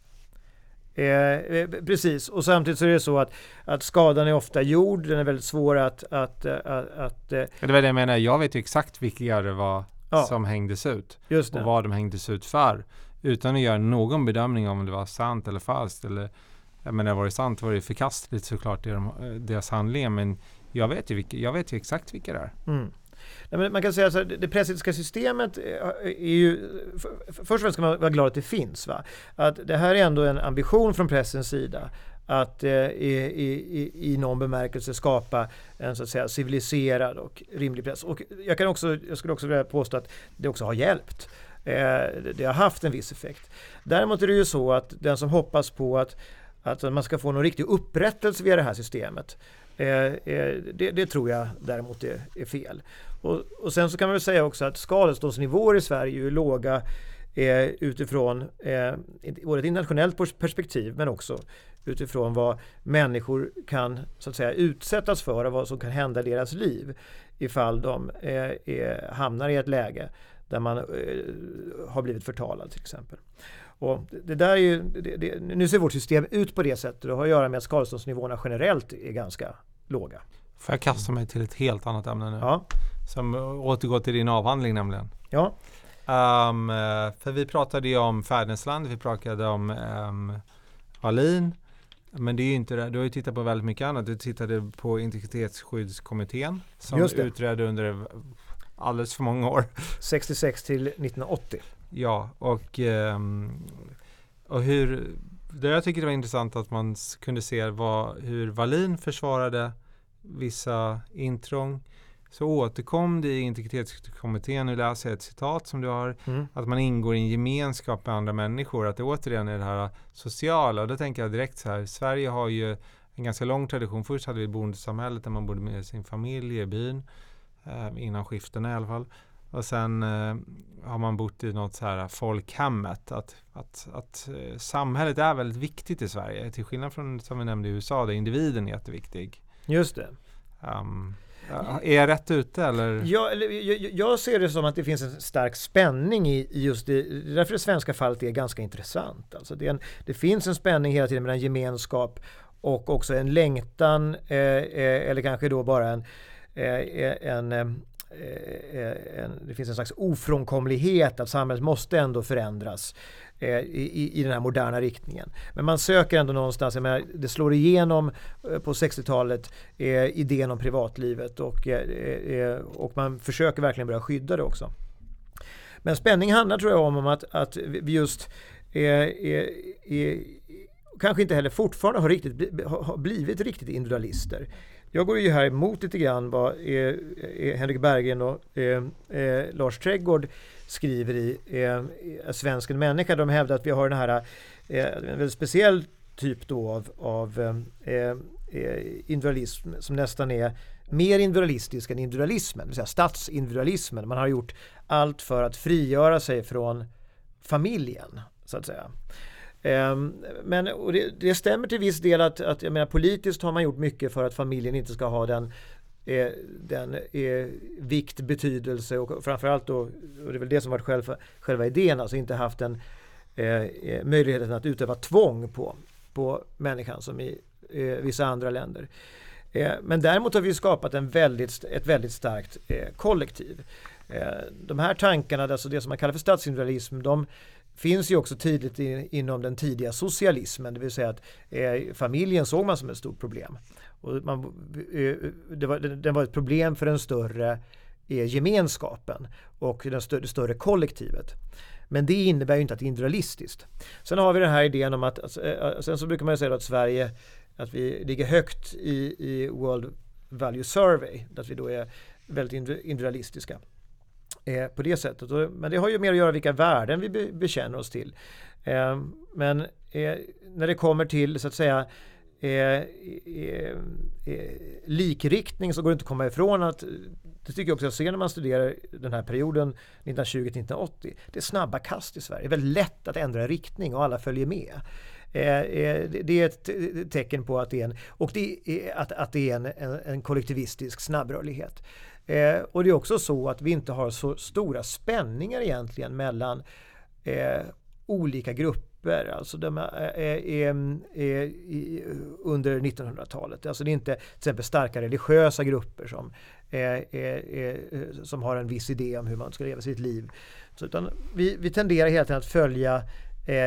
Eh, precis, och samtidigt så är det så att, att skadan är ofta gjord, den är väldigt svår att... att, att, att eh, det var det jag menar, jag vet ju exakt vilka det var ja. som hängdes ut Just det. och vad de hängdes ut för, utan att göra någon bedömning om det var sant eller falskt. Eller, jag menar, var det sant var det förkastligt såklart det de, deras handlingar, men jag vet ju, vilka, jag vet ju exakt vilka det är. Mm. Nej, men man kan säga att det pressetiska systemet är ju, för, först och främst ska man vara glad att det finns. Va? Att det här är ändå en ambition från pressens sida att eh, i, i, i någon bemärkelse skapa en så att säga civiliserad och rimlig press. Och jag, kan också, jag skulle också vilja påstå att det också har hjälpt. Eh, det har haft en viss effekt. Däremot är det ju så att den som hoppas på att, att man ska få någon riktig upprättelse via det här systemet, eh, eh, det, det tror jag däremot är, är fel. Och, och sen så kan man väl säga också att skadeståndsnivåer i Sverige är låga eh, utifrån eh, både ett internationellt perspektiv, men också utifrån vad människor kan så att säga utsättas för och vad som kan hända i deras liv ifall de eh, eh, hamnar i ett läge där man eh, har blivit förtalad till exempel. Och det där är ju, det, det, nu ser vårt system ut på det sättet, och det har att göra med att skadeståndsnivåerna generellt är ganska låga. Får jag kasta mig till ett helt annat ämne nu? Ja. Som återgår till din avhandling nämligen. Ja. Um, för vi pratade ju om Fädernesland, vi pratade om um, Wallin. Men det är ju inte det. Du har ju tittat på väldigt mycket annat. Du tittade på Integritetsskyddskommittén som utredde under alldeles för många år. sextiosex till nittonhundraåttio. Ja, och, och hur... Det jag tycker det var intressant att man kunde se var hur Wallin försvarade vissa intrång. Så återkom det i Integritetskommittén, nu läser jag ett citat som du har, mm. att man ingår i en gemenskap med andra människor, att det återigen är det här sociala. Och då tänker jag direkt så här, Sverige har ju en ganska lång tradition. Först hade vi bondesamhället där man bodde med sin familj i byn, eh, innan skiften i alla fall. Och sen eh, har man bott i något så här folkhemmet. Att, att, att eh, samhället är väldigt viktigt i Sverige. Till skillnad från, som vi nämnde i U S A, där individen är jätteviktig. Just det. Um, är jag rätt ute eller? Ja, eller, jag, jag ser det som att det finns en stark spänning i, i just det. Därför det svenska fallet är ganska intressant. Alltså det, är en, det finns en spänning hela tiden mellan gemenskap och också en längtan eh, eh, eller kanske då bara en, eh, en eh, En, det finns en slags ofrånkomlighet att samhället måste ändå förändras eh, i, i den här moderna riktningen. Men man söker ändå någonstans, jag menar, det slår igenom eh, på sextiotalet eh, idén om privatlivet och, eh, och man försöker verkligen börja skydda det också. Men spänning handlar tror jag om, om att, att vi just eh, eh, eh, kanske inte heller fortfarande har, riktigt, har blivit riktigt individualister. Jag går ju här emot lite grann vad eh, eh, Henrik Berggren och eh, eh, Lars Trädgård skriver i eh, Svensken människa. De hävdar att vi har den här eh, en väldigt speciell typ då av, av eh, eh, individualism som nästan är mer individualistisk än individualismen, det vill säga statsindividualismen. Man har gjort allt för att frigöra sig från familjen, så att säga. Men och det, det stämmer till viss del att, att jag menar, politiskt har man gjort mycket för att familjen inte ska ha den, eh, den eh, vikt, betydelse och framförallt då, och det är väl det som varit själva, själva idén, alltså inte haft den eh, möjligheten att utöva tvång på, på människan som i eh, vissa andra länder. Eh, men däremot har vi skapat en väldigt, ett väldigt starkt eh, kollektiv. Eh, de här tankarna, alltså det som man kallar för statsindividualism, de finns ju också tidigt in, inom den tidiga socialismen, det vill säga att eh, familjen såg man som ett stort problem. Och man, eh, det, var, det, det var ett problem för den större eh, gemenskapen och den större, större kollektivet. Men det innebär ju inte att det är individualistiskt. Sen har vi den här idén om att, alltså, eh, sen så brukar man ju säga att Sverige, att vi ligger högt i, i World Value Survey, att vi då är väldigt individualistiska. Eh, på det sättet. Men det har ju mer att göra vilka värden vi be- bekänner oss till. Eh, men eh, när det kommer till så att säga eh, eh, eh, likriktning så går det inte att komma ifrån att, det tycker jag också jag ser när man studerar den här perioden nittonhundratjugo till nittonhundraåttio, det är snabba kast i Sverige. Det är väldigt lätt att ändra riktning och alla följer med. Eh, eh, det, det är ett tecken på att det är en, och det är, att, att det är en, en, en kollektivistisk snabbrörlighet. Eh, och det är också så att vi inte har så stora spänningar egentligen mellan eh, olika grupper. Alltså de är, är, är, är, under nittonhundratalet. Alltså det är inte till exempel starka religiösa grupper som, är, är, är, som har en viss idé om hur man ska leva sitt liv. Så, utan vi, vi tenderar hela tiden att följa eh,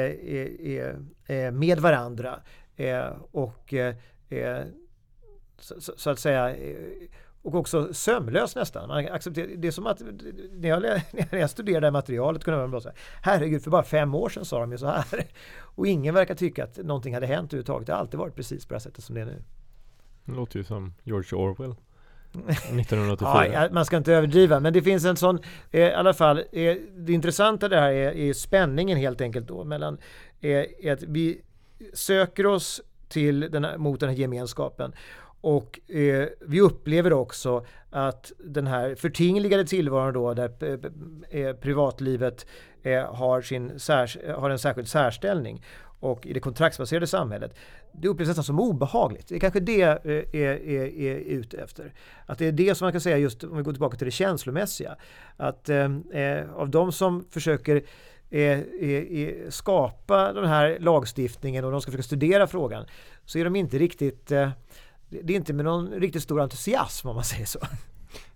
eh, eh, med varandra eh, och eh, så, så att säga eh, och också sömlös nästan. Man accepterar, det är som att när jag, när jag studerar det här materialet kunde man bara säga, herregud, för bara fem år sedan sa de ju så här. Och ingen verkar tycka att någonting hade hänt överhuvudtaget. Det har alltid varit precis på det sättet som det är nu. Det låter ju som George Orwell. nittonhundraåttiofyra. Ja, man ska inte överdriva, men det finns en sån, eh, i alla fall, eh, det intressanta där är, är spänningen helt enkelt då mellan eh, att vi söker oss till den här, mot den här gemenskapen. Och eh, vi upplever också att den här förtingligade tillvaron då, där eh, privatlivet eh, har, sin särs, har en särskild särställning och i det kontraktsbaserade samhället, det upplevs nästan som obehagligt. Det är kanske det eh, är, är, är ute efter. Att det är det som man kan säga, just om vi går tillbaka till det känslomässiga, att eh, av de som försöker eh, eh, skapa den här lagstiftningen och de ska försöka studera frågan, så är de inte riktigt... Eh, Det är inte med någon riktigt stor entusiasm om man säger så.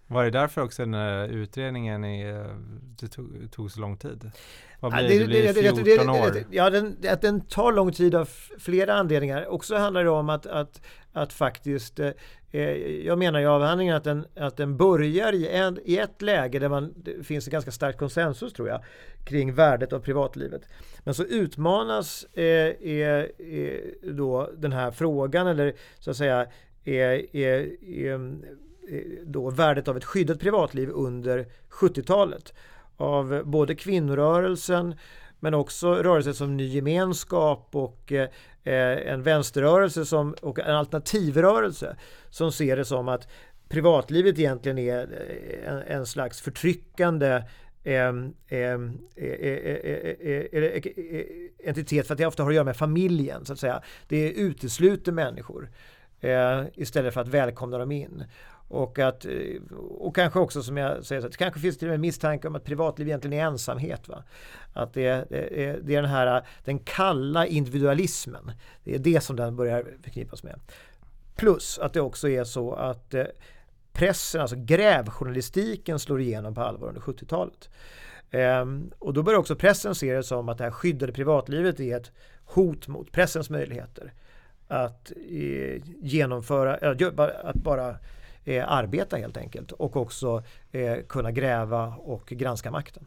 Var det därför också den här utredningen är, det tog, tog så lång tid? Vad blir ja, det? Det blir det, fjorton det, det, år? Det, ja, den, att den tar lång tid av flera anledningar. Också handlar det om att, att, att faktiskt, eh, jag menar i avhandlingen att den, att den börjar i, en, i ett läge där man, det finns en ganska stark konsensus tror jag, kring värdet av privatlivet. Men så utmanas eh, är, är då den här frågan, eller så att säga, är, är, är då värdet av ett skyddat privatliv under sjuttiotalet av både kvinnorörelsen men också rörelser som Ny gemenskap och eh, en vänsterrörelse som, och en alternativrörelse som ser det som att privatlivet egentligen är en, en slags förtryckande eh, eh, eh, entitet, för att det ofta har att göra med familjen så att säga. Det utesluter människor eh, istället för att välkomna dem in. Och, att, och kanske också som jag säger, att det kanske finns till och med misstanke om att privatliv egentligen är ensamhet. Va? Att det, det, är, det är den här den kalla individualismen. Det är det som den börjar förknippas med. Plus att det också är så att pressen, alltså grävjournalistiken slår igenom på allvar under sjuttiotalet. Ehm, och då börjar också pressen se det som att det här skyddade privatlivet är ett hot mot pressens möjligheter att eh, genomföra, äh, att bara Eh, arbeta helt enkelt och också eh, kunna gräva och granska makten.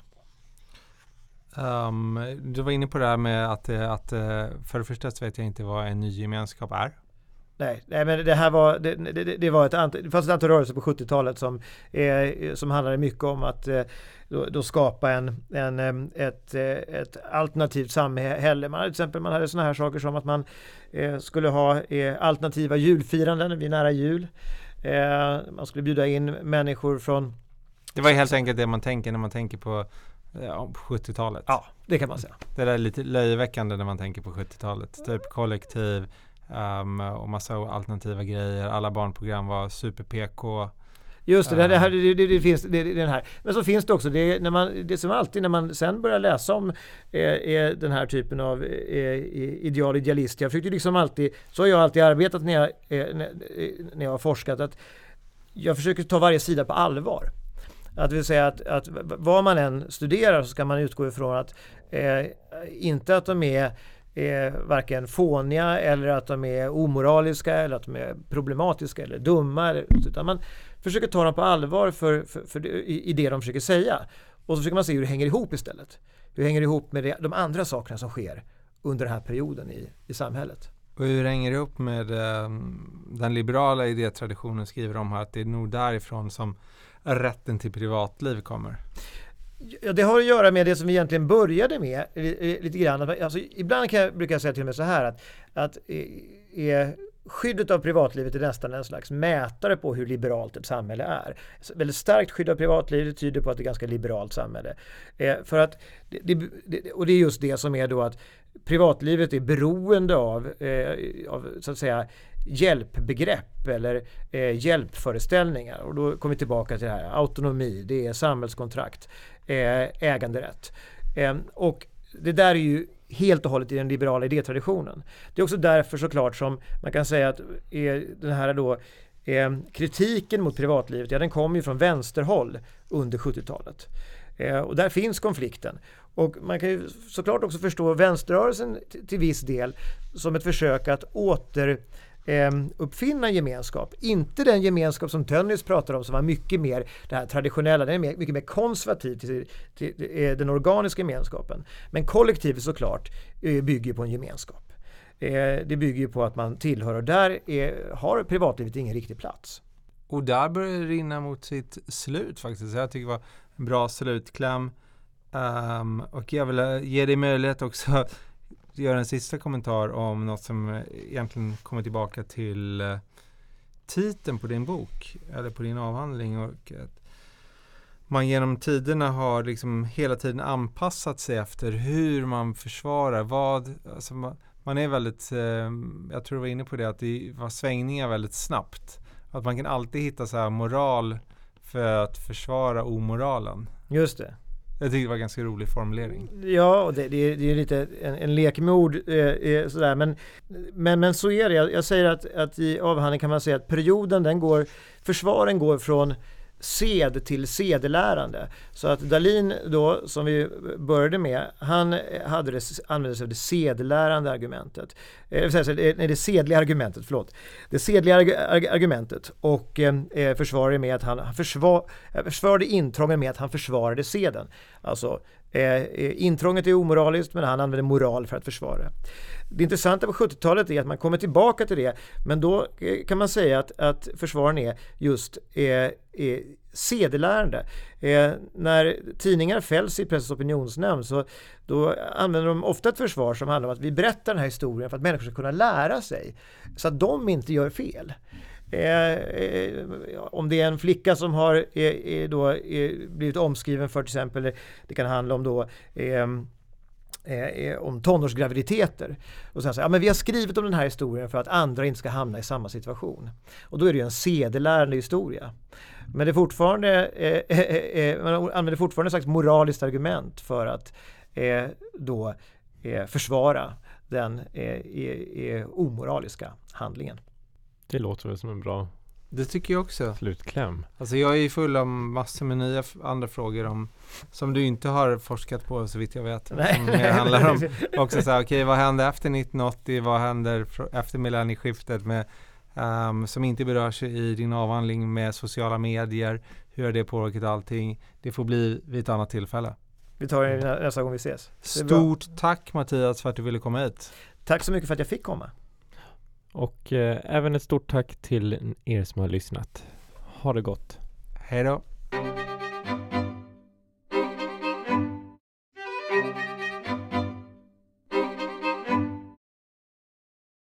Um, du var inne på det här med att, att för det första så vet jag inte vad en ny gemenskap är. Nej, nej men det här var det, det, det var ett antal, det fanns ett antal rörelser på sjuttiotalet som, eh, som handlade mycket om att eh, då, då skapa en, en, ett, ett alternativt samhälle. Man hade till exempel man hade såna här saker som att man eh, skulle ha eh, alternativa julfiranden vid nära jul. Eh, man skulle bjuda in människor från... Det var helt enkelt det man tänker när man tänker på ja, sjuttiotalet. Ja, det kan man säga. Det är lite löjeväckande när man tänker på sjuttiotalet. Typ kollektiv um, och massa alternativa grejer. Alla barnprogram var super-P K. Just det, det, här, det, det, det finns det, det, den här. Men så finns det också, det, när man, det som alltid när man sen börjar läsa om eh, den här typen av eh, ideal idealist. Jag försökte liksom alltid, så har jag alltid arbetat när jag, eh, när jag har forskat, att jag försöker ta varje sida på allvar. Att vill säga att, att vad man än studerar så ska man utgå ifrån att eh, inte att de är är varken fåniga eller att de är omoraliska eller att de är problematiska eller dumma, eller, utan man försöker ta dem på allvar för, för, för det, i, i det de försöker säga. Och så försöker man se hur det hänger ihop istället. Hur det hänger ihop med det, de andra sakerna som sker under den här perioden i, i samhället. Och hur hänger det ihop med um, den liberala idétraditionen, skriver de här, att det är nog därifrån som rätten till privatliv kommer? Ja, det har att göra med det som vi egentligen började med lite grann. Alltså, ibland kan jag, brukar jag säga till och med så här att, att är skyddet av privatlivet är nästan en slags mätare på hur liberalt ett samhälle är. Så väldigt starkt skydd av privatlivet tyder på att det är ett ganska liberalt samhälle. Eh, för att det, det, och det är just det som är då att privatlivet är beroende av, eh, av så att säga hjälpbegrepp eller eh, hjälpföreställningar. Och då kommer vi tillbaka till det här. Autonomi, det är samhällskontrakt, eh, äganderätt. Eh, och det där är ju helt och hållet i den liberala idétraditionen. Det är också därför såklart som man kan säga att eh, den här då eh, kritiken mot privatlivet, ja, den kommer ju från vänsterhåll under sjuttiotalet. Eh, och där finns konflikten. Och man kan ju såklart också förstå vänsterrörelsen t- till viss del som ett försök att åter eh, uppfinna gemenskap. Inte den gemenskap som Tönnies pratar om som var mycket mer det här traditionella, den är mer, mycket mer konservativ till, till, till, till den organiska gemenskapen. Men kollektivet såklart eh, bygger på en gemenskap. Eh, det bygger på att man tillhör, och där är, har privatlivet ingen riktig plats. Och där börjar det rinna mot sitt slut faktiskt. Jag tycker det var en bra slutkläm. Um, och jag vill ge dig möjlighet också att göra en sista kommentar om något som egentligen kommer tillbaka till uh, titeln på din bok eller på din avhandling, och att man genom tiderna har liksom hela tiden anpassat sig efter hur man försvarar vad, alltså man, man är väldigt, uh, jag tror du var inne på det, att det var svängningar väldigt snabbt, att man kan alltid hitta så här moral för att försvara omoralen. Just det. Jag tycker det var en ganska rolig formulering. Ja, och det, det, är, det är lite en, en lek med ord eh, sådär, men, men, men så är det. Jag, jag säger att, att i avhandlingen kan man säga att perioden den går, försvaren går från sed till sedelärande. Så att Dahlin då, som vi började med, han hade det, använde sig av det sedelärande argumentet. Eh, nej, det sedliga argumentet, förlåt. Det sedliga arg- argumentet och eh, försvarade med att han, han försvar, försvarade intrången med att han försvarade seden. Alltså Eh, intrånget är omoraliskt, men han använder moral för att försvara. Det intressanta på sjuttiotalet är att man kommer tillbaka till det, men då eh, kan man säga att, att försvaren är just eh, eh, sedelärande. Eh, när tidningar fälls i Pressens opinionsnämnd så då använder de ofta ett försvar som handlar om att vi berättar den här historien för att människor ska kunna lära sig så att de inte gör fel. Eh, eh, om det är en flicka som har eh, eh, då, eh, blivit omskriven för till exempel, det kan handla om då eh, eh, om tonårsgraviditeter och sen så, ja, men vi har skrivit om den här historien för att andra inte ska hamna i samma situation, och då är det ju en sedelärande historia, men det är fortfarande eh, eh, eh, man använder fortfarande ett slags moraliskt argument för att eh, då eh, försvara den eh, eh, eh, omoraliska handlingen. Det låter väl som en bra Det tycker jag också. slutkläm. Alltså jag är full av massor med nya f- andra frågor om, som du inte har forskat på så vitt jag vet. Nej. Som mer handlar om också så här, okej, vad händer efter nittonhundraåttio? Vad händer fr- efter millennieskiftet med, um, som inte berörs i din avhandling med sociala medier? Hur har det påverkat allting? Det får bli vid ett annat tillfälle. Vi tar det nä- nästa gång vi ses. Det är bra. Stort tack Mattias för att du ville komma hit. Tack så mycket för att jag fick komma. Och eh, även ett stort tack till er som har lyssnat. Ha det gott. Hej då.